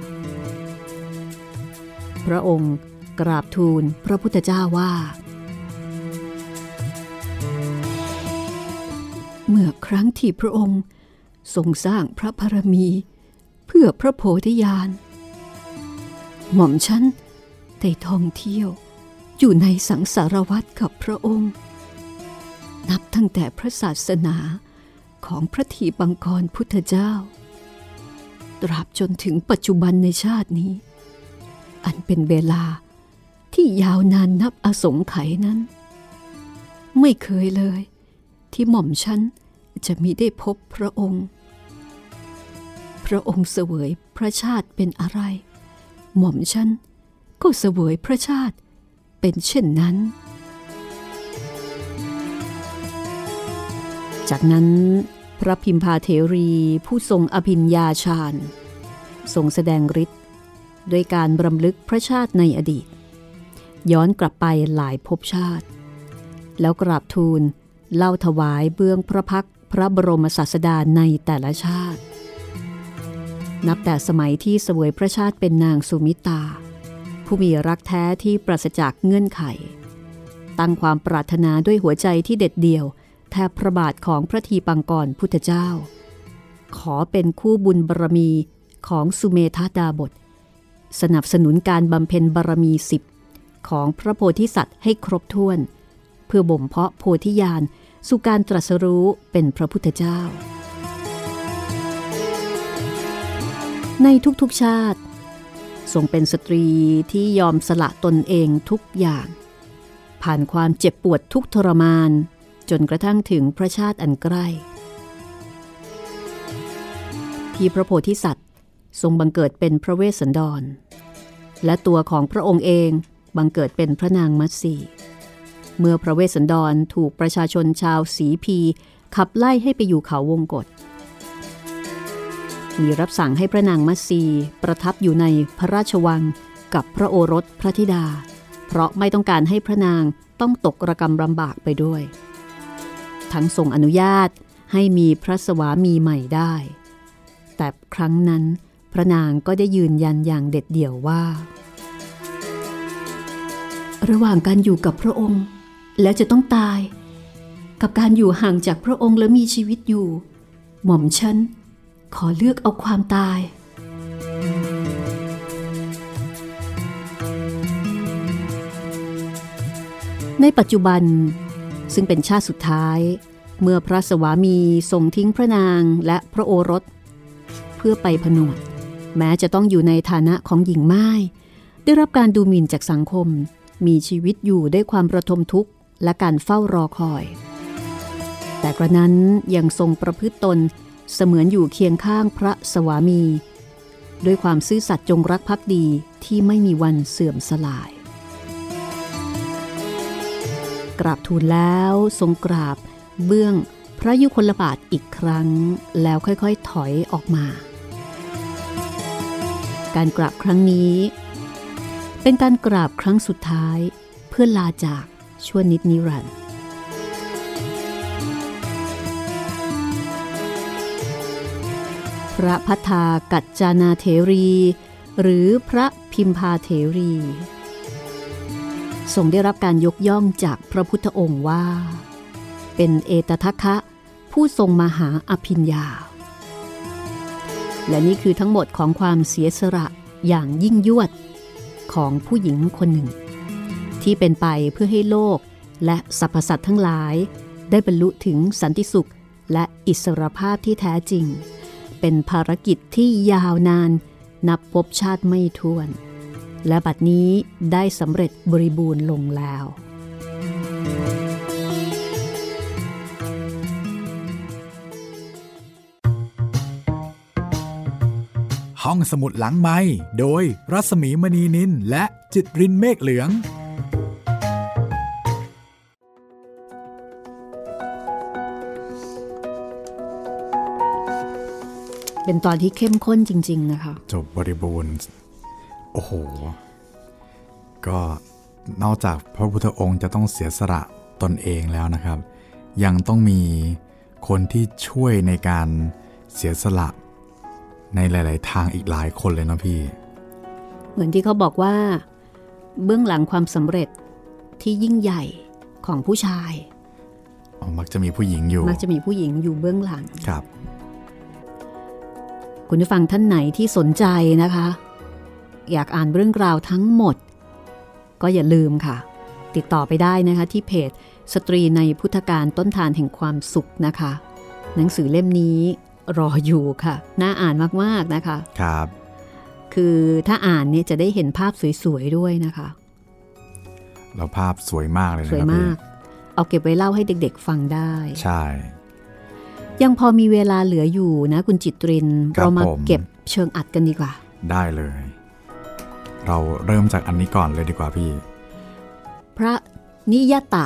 พระองค์กราบทูลพระพุทธเจ้าว่าเมื่อครั้งที่พระองค์ทรงสร้างพระบารมีเพื่อพระโพธิญาณหม่อมฉันได้ท่องเที่ยวอยู่ในสังสารวัฏกับพระองค์นับตั้งแต่พระศาสนาของพระทีปังกรพุทธเจ้าตราบจนถึงปัจจุบันในชาตินี้อันเป็นเวลาที่ยาวนานนับอสงไขยนั้นไม่เคยเลยที่หม่อมฉันจะมิได้พบพระองค์พระองค์เสวยพระชาติเป็นอะไรหม่อมฉันก็เสวยพระชาติเป็นเช่นนั้นจากนั้นพระพิมพาเถรีผู้ทรงอภิญญาฌานทรงแสดงฤทธิ์ด้วยการรำลึกพระชาติในอดีตย้อนกลับไปหลายภพชาติแล้วกราบทูลเล่าถวายเบื้องพระพักตร์พระบรมศาสดาในแต่ละชาตินับแต่สมัยที่เสวยพระชาติเป็นนางสุมิตาผู้มีรักแท้ที่ปราศจากเงื่อนไขตั้งความปรารถนาด้วยหัวใจที่เด็ดเดี่ยวแทบพระบาทของพระทีปังกรพุทธเจ้าขอเป็นคู่บุญบารมีของสุเมธาดาบทสนับสนุนการบำเพ็ญบารมี10ของพระโพธิสัตว์ให้ครบถ้วนเพื่อบ่มเพาะโพธิญาณสู่การตรัสรู้เป็นพระพุทธเจ้าในทุกๆชาติทรงเป็นสตรีที่ยอมสละตนเองทุกอย่างผ่านความเจ็บปวดทุกทรมานจนกระทั่งถึงพระชาติอันใกล้ที่พระโพธิสัตว์ทรงบังเกิดเป็นพระเวสสันดรและตัวของพระองค์เองบังเกิดเป็นพระนางมัตสีเมื่อพระเวสสันดรถูกประชาชนชาวสีพีขับไล่ให้ไปอยู่เขาวงกฏมีรับสั่งให้พระนางมัตสีประทับอยู่ในพระราชวังกับพระโอรสพระธิดาเพราะไม่ต้องการให้พระนางต้องตกระกำลำบากไปด้วยทั้งทรงอนุญาตให้มีพระสวามีใหม่ได้แต่ครั้งนั้นพระนางก็ได้ยืนยันอย่างเด็ดเดี่ยวว่าระหว่างการอยู่กับพระองค์แล้วจะต้องตายกับการอยู่ห่างจากพระองค์และมีชีวิตอยู่หม่อมฉันขอเลือกเอาความตายในปัจจุบันซึ่งเป็นชาติสุดท้ายเมื่อพระสวามีทรงทิ้งพระนางและพระโอรสเพื่อไปผนวดแม้จะต้องอยู่ในฐานะของหญิงม่ายได้รับการดูหมิ่นจากสังคมมีชีวิตอยู่ด้วยความระทมทุกข์และการเฝ้ารอคอยแต่กระนั้นยังทรงประพฤติตนเสมือนอยู่เคียงข้างพระสวามีด้วยความซื่อสัตย์จงรักภักดีที่ไม่มีวันเสื่อมสลายกราบทูลแล้วทรงกราบเบื้องพระยุคลบาทอีกครั้งแล้วค่อยๆถอยออกมาการกราบครั้งนี้เป็นการกราบครั้งสุดท้ายเพื่อลาจากชั่วนิจนิรันดร์พระพัทธากัจจานาเถรีหรือพระพิมพาเถรีทรงได้รับการยกย่องจากพระพุทธองค์ว่าเป็นเอตทัคคะผู้ทรงมหาอภิญญาและนี่คือทั้งหมดของความเสียสละอย่างยิ่งยวดของผู้หญิงคนหนึ่งที่เป็นไปเพื่อให้โลกและสรรพสัตว์ทั้งหลายได้บรรลุถึงสันติสุขและอิสรภาพที่แท้จริงเป็นภารกิจที่ยาวนานนับพบชาติไม่ถ้วนและบัดนี้ได้สำเร็จบริบูรณ์ลงแล้วห้องสมุดหลังไมค์โดยรัศมีมณีนินและจิตรินเมฆเหลืองเป็นตอนที่เข้มข้นจริงๆนะคะจบบริบูรณ์โอ้โหก็นอกจากพระพุทธองค์จะต้องเสียสละตนเองแล้วนะครับยังต้องมีคนที่ช่วยในการเสียสละในหลายๆทางอีกหลายคนเลยนะพี่เหมือนที่เขาบอกว่าเบื้องหลังความสำเร็จที่ยิ่งใหญ่ของผู้ชายมักจะมีผู้หญิงอยู่เบื้องหลังครับคุณผู้ฟังท่านไหนที่สนใจนะคะอยากอ่านเรื่องราวทั้งหมดก็อย่าลืมค่ะติดต่อไปได้นะคะที่เพจสตรีในพุทธกาลต้นทานแห่งความสุขนะคะหนังสือเล่มนี้รออยู่ค่ะน่าอ่านมากๆนะคะครับคือถ้าอ่านเนี่ยจะได้เห็นภาพสวยๆด้วยนะคะแล้วภาพสวยมากเลยนะสวยมากเอาเก็บไว้เล่าให้เด็กๆฟังได้ใช่ยังพอมีเวลาเหลืออยู่นะคุณจิตรินเรามาเก็บเชิงอัดกันดีกว่าได้เลยเราเริ่มจากอันนี้ก่อนเลยดีกว่าพี่พระนิยตะ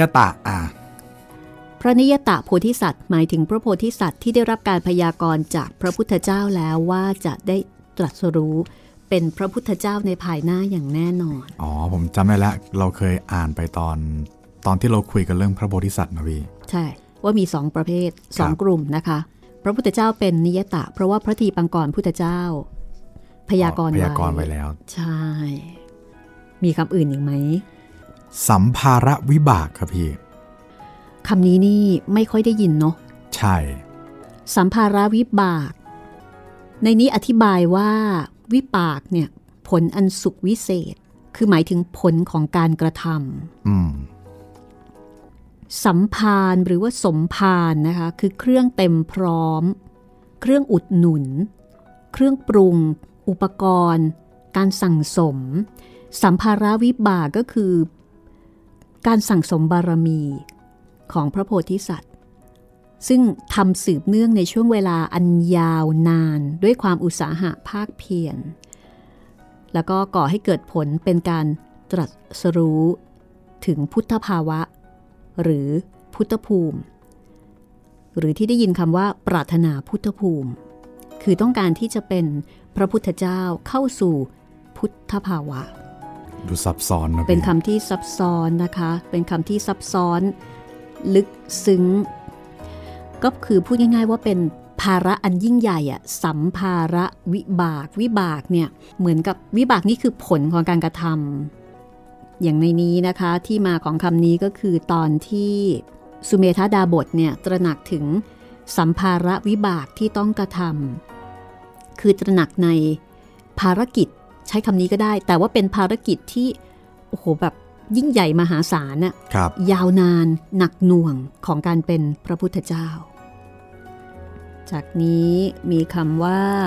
พระนิยตะโพธิสัตว์หมายถึงพระโพธิสัตว์ที่ได้รับการพยากรณ์จากพระพุทธเจ้าแล้วว่าจะได้ตรัสรู้เป็นพระพุทธเจ้าในภายหน้าอย่างแน่นอนผมจำได้แล้วเราเคยอ่านไปตอนที่เราคุยกันเรื่องพระโพธิสัตว์นะพี่ใช่ว่ามี2ประเภท2กลุ่มนะคะพระพุทธเจ้าเป็นนิยตะเพราะว่าพระทีปังกรพุทธเจ้าพยากรณ์ไว้แล้วใช่มีคำอื่นอีกไหมสัมภาระวิบากครับพี่คำนี้นี่ไม่ค่อยได้ยินเนาะใช่สัมภาระวิบากในนี้อธิบายว่าวิปากเนี่ยผลอันสุขวิเศษคือหมายถึงผลของการกระทำสัมภารหรือว่าสมภารนะคะคือเครื่องเต็มพร้อมเครื่องอุดหนุนเครื่องปรุงอุปกรณ์การสั่งสมสัมภาระวิบากก็คือการสั่งสมบารมีของพระโพธิสัตว์ซึ่งทำสืบเนื่องในช่วงเวลาอันยาวนานด้วยความอุตสาหะภาคเพียรแล้วก็ก่อให้เกิดผลเป็นการตรัสรู้ถึงพุทธภาวะหรือพุทธภูมิหรือที่ได้ยินคำว่าปรารถนาพุทธภูมิคือต้องการที่จะเป็นพระพุทธเจ้าเข้าสู่พุทธภาวะดูซับซ้อนนะเป็นคำที่ซับซ้อนนะคะเป็นคำที่ซับซ้อนลึกซึ้งก็คือพูดง่ายๆว่าเป็นภาระอันยิ่งใหญ่อะสัมภาระวิบากเนี่ยเหมือนกับวิบากนี่คือผลของการกระทำอย่างในนี้นะคะที่มาของคำนี้ก็คือตอนที่สุเมธาดาบทเนี่ยตระหนักถึงสัมภาระวิบากที่ต้องกระทำคือตระหนักในภารกิจใช้คำนี้ก็ได้แต่ว่าเป็นภารกิจที่โอ้โหแบบยิ่งใหญ่มหาศาลน่ะยาวนานหนักหน่วงของการเป็นพระพุทธเจ้าจากนี้มีคำ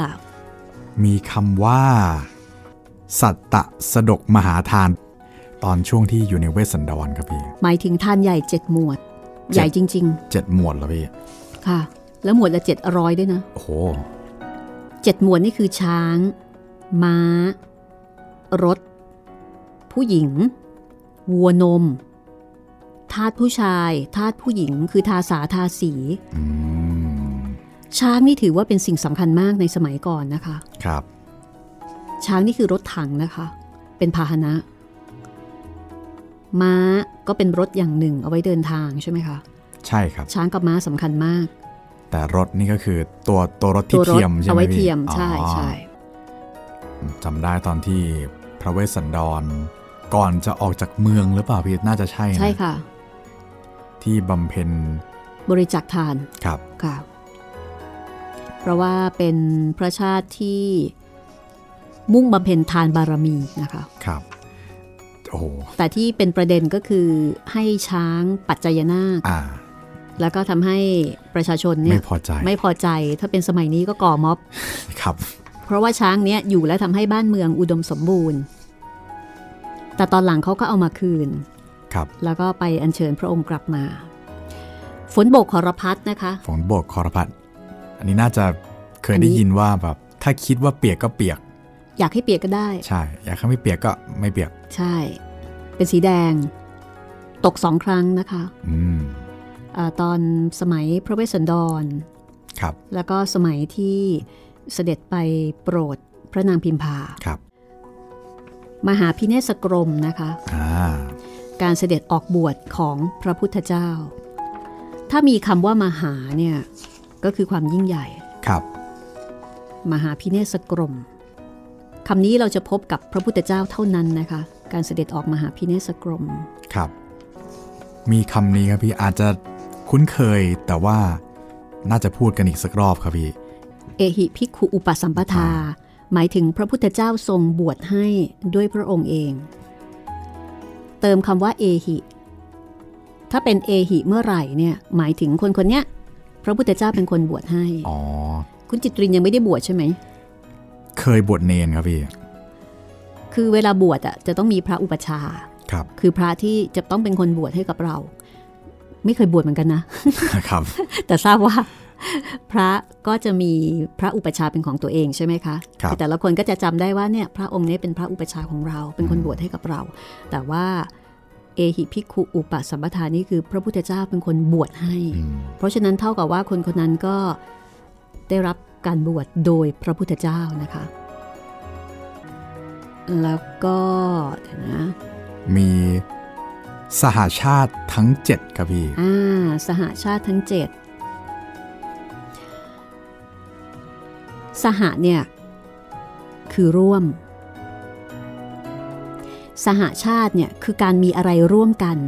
ว่าสัตตะสดกมหาทานตอนช่วงที่อยู่ในเวสสันดรครับพี่หมายถึงทานใหญ่7หมวดใหญ่จริงๆ7หมวดเหรอพี่ค่ะแล้วหมวดละ700ด้วยนะโอ้โห 7หมวดนี่คือช้างม้ารถผู้หญิงวัวนมทาสผู้ชายทาสผู้หญิงคือทาสาทาสี ช้างนี่ถือว่าเป็นสิ่งสำคัญมากในสมัยก่อนนะคะครับช้างนี่คือรถถังนะคะเป็นพาหนะม้าก็เป็นรถอย่างหนึ่งเอาไว้เดินทางใช่ไหมคะใช่ครับช้างกับม้าสำคัญมากแต่รถนี่ก็คือตัวรถที่เทียมใช่ไหมพี่เอาไว้เทียมใช่ใช่จำได้ตอนที่พระเวสสันดรก่อนจะออกจากเมืองหรือเปล่าพี่น่าจะใช่นะใช่ค่ะที่บำเพ็ญบริจาคทานครับค่ะเพราะว่าเป็นพระชาติที่มุ่งบำเพ็ญทานบารมีนะคะครับโอ้แต่ที่เป็นประเด็นก็คือให้ช้างปัจจยนาคแล้วก็ทำให้ประชาชนเนี่ยไม่พอใจถ้าเป็นสมัยนี้ก็ก่อม็อบครับเพราะว่าช้างเนี้ยอยู่แล้วทำให้บ้านเมืองอุดมสมบูรณ์แต่ตอนหลังเขาก็เอามาคืนครับแล้วก็ไปอัญเชิญพระองค์กลับมาฝนโบกครพัดนะคะฝนโบกครพัดอันนี้น่าจะเคยได้ยินว่าแบบถ้าคิดว่าเปียกก็เปียกอยากให้เปียกก็ได้ใช่อยากให้ไม่เปียกก็ไม่เปียกใช่เป็นสีแดงตก2 ครั้งนะคะตอนสมัยพระเวสสันดรครับแล้วก็สมัยที่เสด็จไปโปรดพระนางพิมพาครับมหาพิเนศกรมนะคะการเสด็จออกบวชของพระพุทธเจ้าถ้ามีคำว่ามหาเนี่ยก็คือความยิ่งใหญ่ครับมหาพิเนศกรมคำนี้เราจะพบกับพระพุทธเจ้าเท่านั้นนะคะการเสด็จออกมหาพิเนศกรมครับมีคำนี้ครับพี่อาจจะคุ้นเคยแต่ว่าน่าจะพูดกันอีกสักรอบครับพี่เอหิภิกขุอุปสัมปทาหมายถึงพระพุทธเจ้าทรงบวชให้ด้วยพระองค์เองเติมคำว่าเอหิถ้าเป็นเอหิเมื่อไหร่เนี่ยหมายถึงคนเนี้ยพระพุทธเจ้าเป็นคนบวชให้คุณจิตรินยังไม่ได้บวชใช่ไหมเคยบวชเนรครับพี่คือเวลาบวชอ่ะจะต้องมีพระอุปัชฌาย์ครับคือพระที่จะต้องเป็นคนบวชให้กับเราไม่เคยบวชเหมือนกันนะครับแต่ทราบว่าพระก็จะมีพระอุปัชฌาย์เป็นของตัวเองใช่ไหมคะแต่ละคนก็จะจำได้ว่าเนี่ยพระองค์นี้เป็นพระอุปัชฌาย์ของเราเป็นคนบวชให้กับเราแต่ว่าเอหิภิกขุอุปสัมปทานี่คือพระพุทธเจ้าเป็นคนบวชให้เพราะฉะนั้นเท่ากับว่าคนคนนั้นก็ได้รับการบวชโดยพระพุทธเจ้านะคะแล้วก็นะมีสหชาติทั้ง7ครับพี่สหชาติทั้ง7สหเนี่ยคือร่วมสหชาติเนี่ยคือการมีอะไรร่วมกัน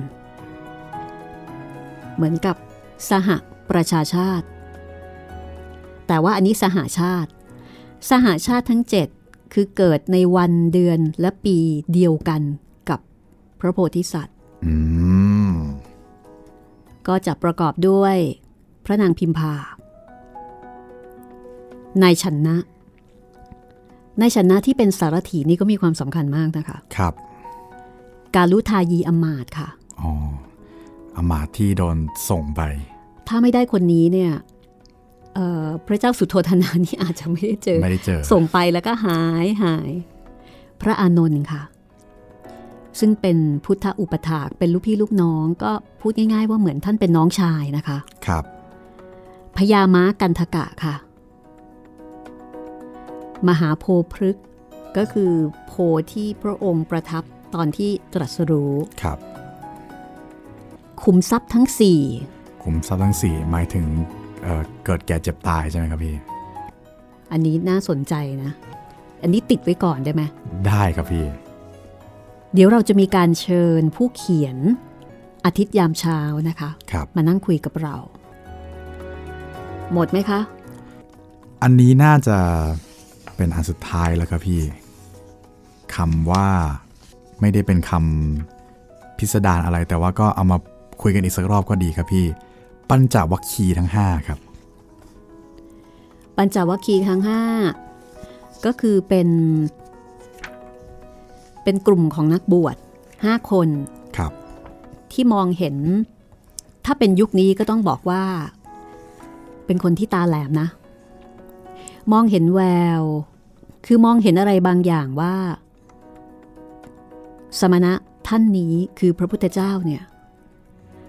เหมือนกับสหประชาชาติแต่ว่าอันนี้สหชาติทั้ง7คือเกิดในวันเดือนและปีเดียวกันกับพระโพธิสัตว์ก็จะประกอบด้วยพระนางพิมพานายชนะที่เป็นสารถีนี่ก็มีความสำคัญมากนะคะครับกาลุทายีอมาตย์ค่ะอมาตย์ที่โดนส่งไปถ้าไม่ได้คนนี้เนี่ยพระเจ้าสุโธทนานี่อาจจะไม่ได้เจอส่งไปแล้วก็หายพระอานนท์ค่ะซึ่งเป็นพุทธอุปถากเป็นลูกพี่ลูกน้องก็พูดง่ายๆว่าเหมือนท่านเป็นน้องชายนะคะครับพญาม้ากันทกะค่ะมหาโพพฤกษ์ก็คือโพที่พระองค์ประทับตอนที่ตรัสรู้ครับขุมทรัพย์ทั้ง4 ขุมทรัพย์ทั้ง4หมายถึงเกิดแก่เจ็บตายใช่ไหมครับพี่อันนี้น่าสนใจนะอันนี้ติดไว้ก่อนได้ไหมได้ครับพี่เดี๋ยวเราจะมีการเชิญผู้เขียนอาทิตย์ยามเช้านะคะมานั่งคุยกับเราหมดไหมคะอันนี้น่าจะเป็นอันสุดท้ายแล้วครับพี่คำว่าไม่ได้เป็นคำพิสดารอะไรแต่ว่าก็เอามาคุยกันอีกสักรอบก็ดีครับพี่ปัญจวัคคีย์ทั้ง5ครับปัญจวัคคีย์ทั้ง5ก็คือเป็นกลุ่มของนักบวช5คนครับที่มองเห็นถ้าเป็นยุคนี้ก็ต้องบอกว่าเป็นคนที่ตาแหลมนะมองเห็นแววคือมองเห็นอะไรบางอย่างว่าสมณะท่านนี้คือพระพุทธเจ้าเนี่ย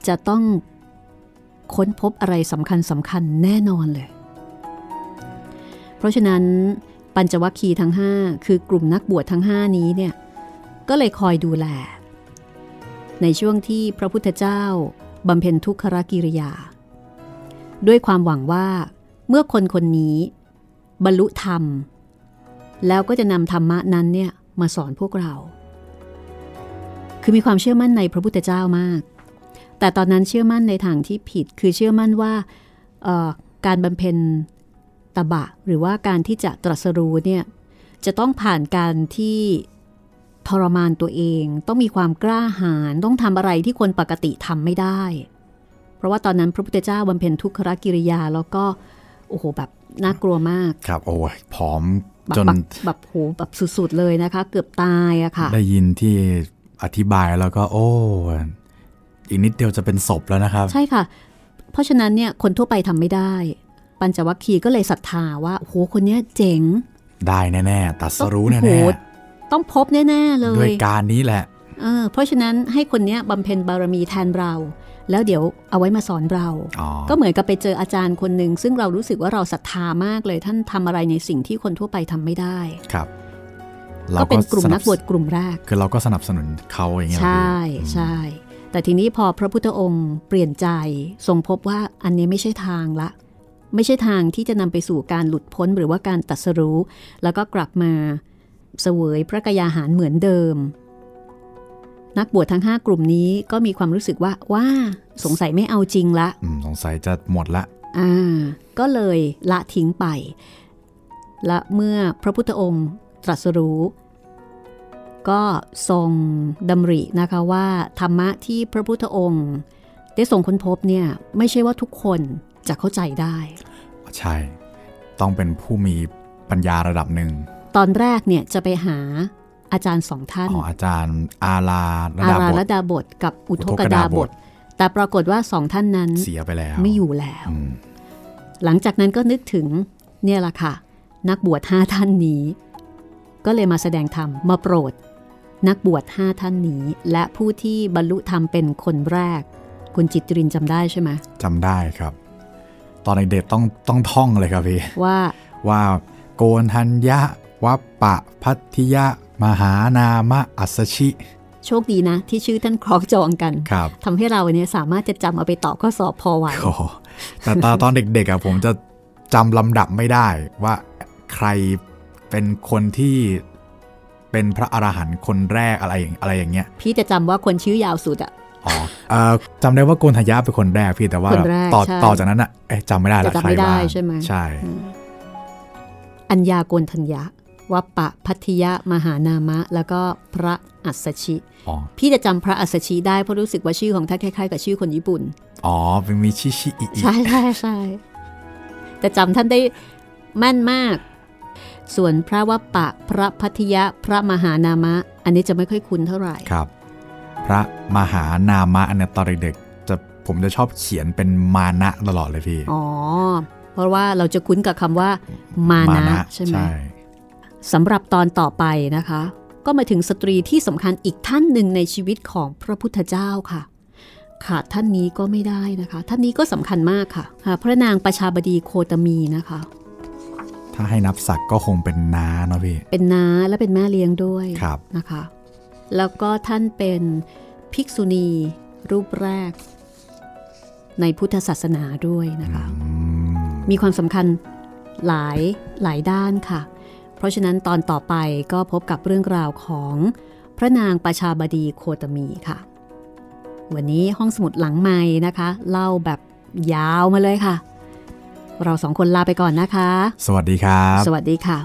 จะต้องค้นพบอะไรสำคัญแน่นอนเลยเพราะฉะนั้นปัญจวัคคีย์ทั้ง5คือกลุ่มนักบวชทั้ง5นี้เนี่ยก็เลยคอยดูแลในช่วงที่พระพุทธเจ้าบำเพ็ญทุกขกิริยาด้วยความหวังว่าเมื่อคนคนนี้บรรลุธรรมแล้วก็จะนำธรรมะนั้นเนี่ยมาสอนพวกเราคือมีความเชื่อมั่นในพระพุทธเจ้ามากแต่ตอนนั้นเชื่อมั่นในทางที่ผิดคือเชื่อมั่นว่าการบำเพ็ญตบะหรือว่าการที่จะตรัสรู้เนี่ยจะต้องผ่านการที่ทรมานตัวเองต้องมีความกล้าหาญต้องทำอะไรที่คนปกติทำไม่ได้เพราะว่าตอนนั้นพระพุทธเจ้าบำเพ็ญทุกขกิริยาแล้วก็โอ้โหแบบน่ากลัวมากครับโอ้ยผอมจนแบบโหแบบสุดๆเลยนะคะเกือบตายอะค่ะได้ยินที่อธิบายแล้วก็โอ้อีกนิดเดียวจะเป็นศพแล้วนะครับใช่ค่ะเพราะฉะนั้นเนี่ยคนทั่วไปทำไม่ได้ปัญจวัคคีย์ก็เลยศรัทธาว่าโอ้โหคนนี้เจ๋งได้แน่ๆตรัสรู้แน่ๆต้องพบแน่ๆเลยด้วยการนี้แหละเพราะฉะนั้นให้คนนี้บำเพ็ญบารมีแทนเราแล้วเดี๋ยวเอาไว้มาสอนเราก็เหมือนกับไปเจออาจารย์คนหนึ่งซึ่งเรารู้สึกว่าเราศรัทธามากเลยท่านทำอะไรในสิ่งที่คนทั่วไปทำไม่ได้ครับก็เป็นกลุ่มนักบวชกลุ่มแรกคือเราก็สนับสนุนเขาอย่างเงี้ยใช่แต่ทีนี้พอพระพุทธองค์เปลี่ยนใจทรงพบว่าอันนี้ไม่ใช่ทางละไม่ใช่ทางที่จะนำไปสู่การหลุดพ้นหรือว่าการตรัสรู้แล้วก็กลับมาเสวยพระกยาหารเหมือนเดิมนักบวชทั้ง5กลุ่มนี้ก็มีความรู้สึกว่าสงสัยไม่เอาจริงละสงสัยจะหมดละก็เลยละทิ้งไปและเมื่อพระพุทธองค์ตรัสรู้ก็ทรงดำรินะคะว่าธรรมะที่พระพุทธองค์ได้ทรงค้นพบเนี่ยไม่ใช่ว่าทุกคนจะเข้าใจได้ใช่ต้องเป็นผู้มีปัญญาระดับหนึ่งตอนแรกเนี่ยจะไปหาอาจารย์2ท่านอาจารย์อาราลดาบทกับอุทกดาบทแต่ปรากฏว่า2ท่านนั้นเสียไปแล้วไม่อยู่แล้วหลังจากนั้นก็นึกถึงเนี่ยแหละค่ะนักบวช5ท่านนี้ก็เลยมาแสดงธรรมมาโปรดนักบวช5ท่านนี้และผู้ที่บรรลุธรรมเป็นคนแรกคุณจิตรินจำได้ใช่ไหมจำได้ครับตอนเด็กๆต้องท่องเลยครับพี่ว่าโกณทัญญะวัปปะพัทธิยะมหานามะอัสสชิโชคดีนะที่ชื่อท่านคล้องจองกันทำให้เราเนี่ยสามารถจะจำเอาไปตอบข้อสอบพอไหวแต่ตอนเด็กๆผมจะจำลำดับไม่ได้ว่าใครเป็นคนที่เป็นพระอรหันต์คนแรกอะไรอย่างเงี้ยพี่จะจำว่าคนชื่อยาวสุดอะจำได้ว่าโกณทัญญะเป็นคนแรกพี่แต่ว่าต่อจากนั้นอะจำไม่ได้ละใครบ้างใช่ไหมใช่อัญญาโกณทัญญะวัปปะพัทธิยะมหานามะแล้วก็พระอัสสชิพี่จะจำพระอัสสชิได้เพราะรู้สึกว่าชื่อของท่านคล้ายๆกับชื่อคนญี่ปุ่นเป็นมีชิอิใช่แต่จำท่านได้แม่นมากส่วนพระวัปปะพระพัทธิยะพระมหานามะอันนี้จะไม่ค่อยคุ้นเท่าไหร่ครับพระมหานามะอันนี้ตอนเด็กๆผมจะชอบเขียนเป็นมานะตลอดเลยพี่เพราะว่าเราจะคุ้นกับคำว่ามานะใช่ไหมสำหรับตอนต่อไปนะคะก็มาถึงสตรีที่สำคัญอีกท่านหนึ่งในชีวิตของพระพุทธเจ้าค่ะขาดท่านนี้ก็ไม่ได้นะคะท่านนี้ก็สำคัญมากค่ะพระนางประชาบดีโคตมีนะคะถ้าให้นับศักดิ์ก็คงเป็นน้าเนาะพี่เป็นน้าและเป็นแม่เลี้ยงด้วยครับนะคะแล้วก็ท่านเป็นภิกษุณีรูปแรกในพุทธศาสนาด้วยนะคะมีความสำคัญหลายด้านค่ะเพราะฉะนั้นตอนต่อไปก็พบกับเรื่องราวของพระนางประชาบดีโคตมีค่ะวันนี้ห้องสมุดหลังไมค์นะคะเล่าแบบยาวมาเลยค่ะเรา2คนลาไปก่อนนะคะสวัสดีครับสวัสดีค่ะ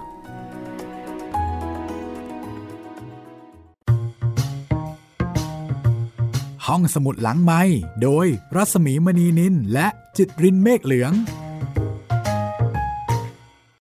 ห้องสมุดหลังไมค์โดยรัศมีมณีนินและจิตรินเมฆเหลือง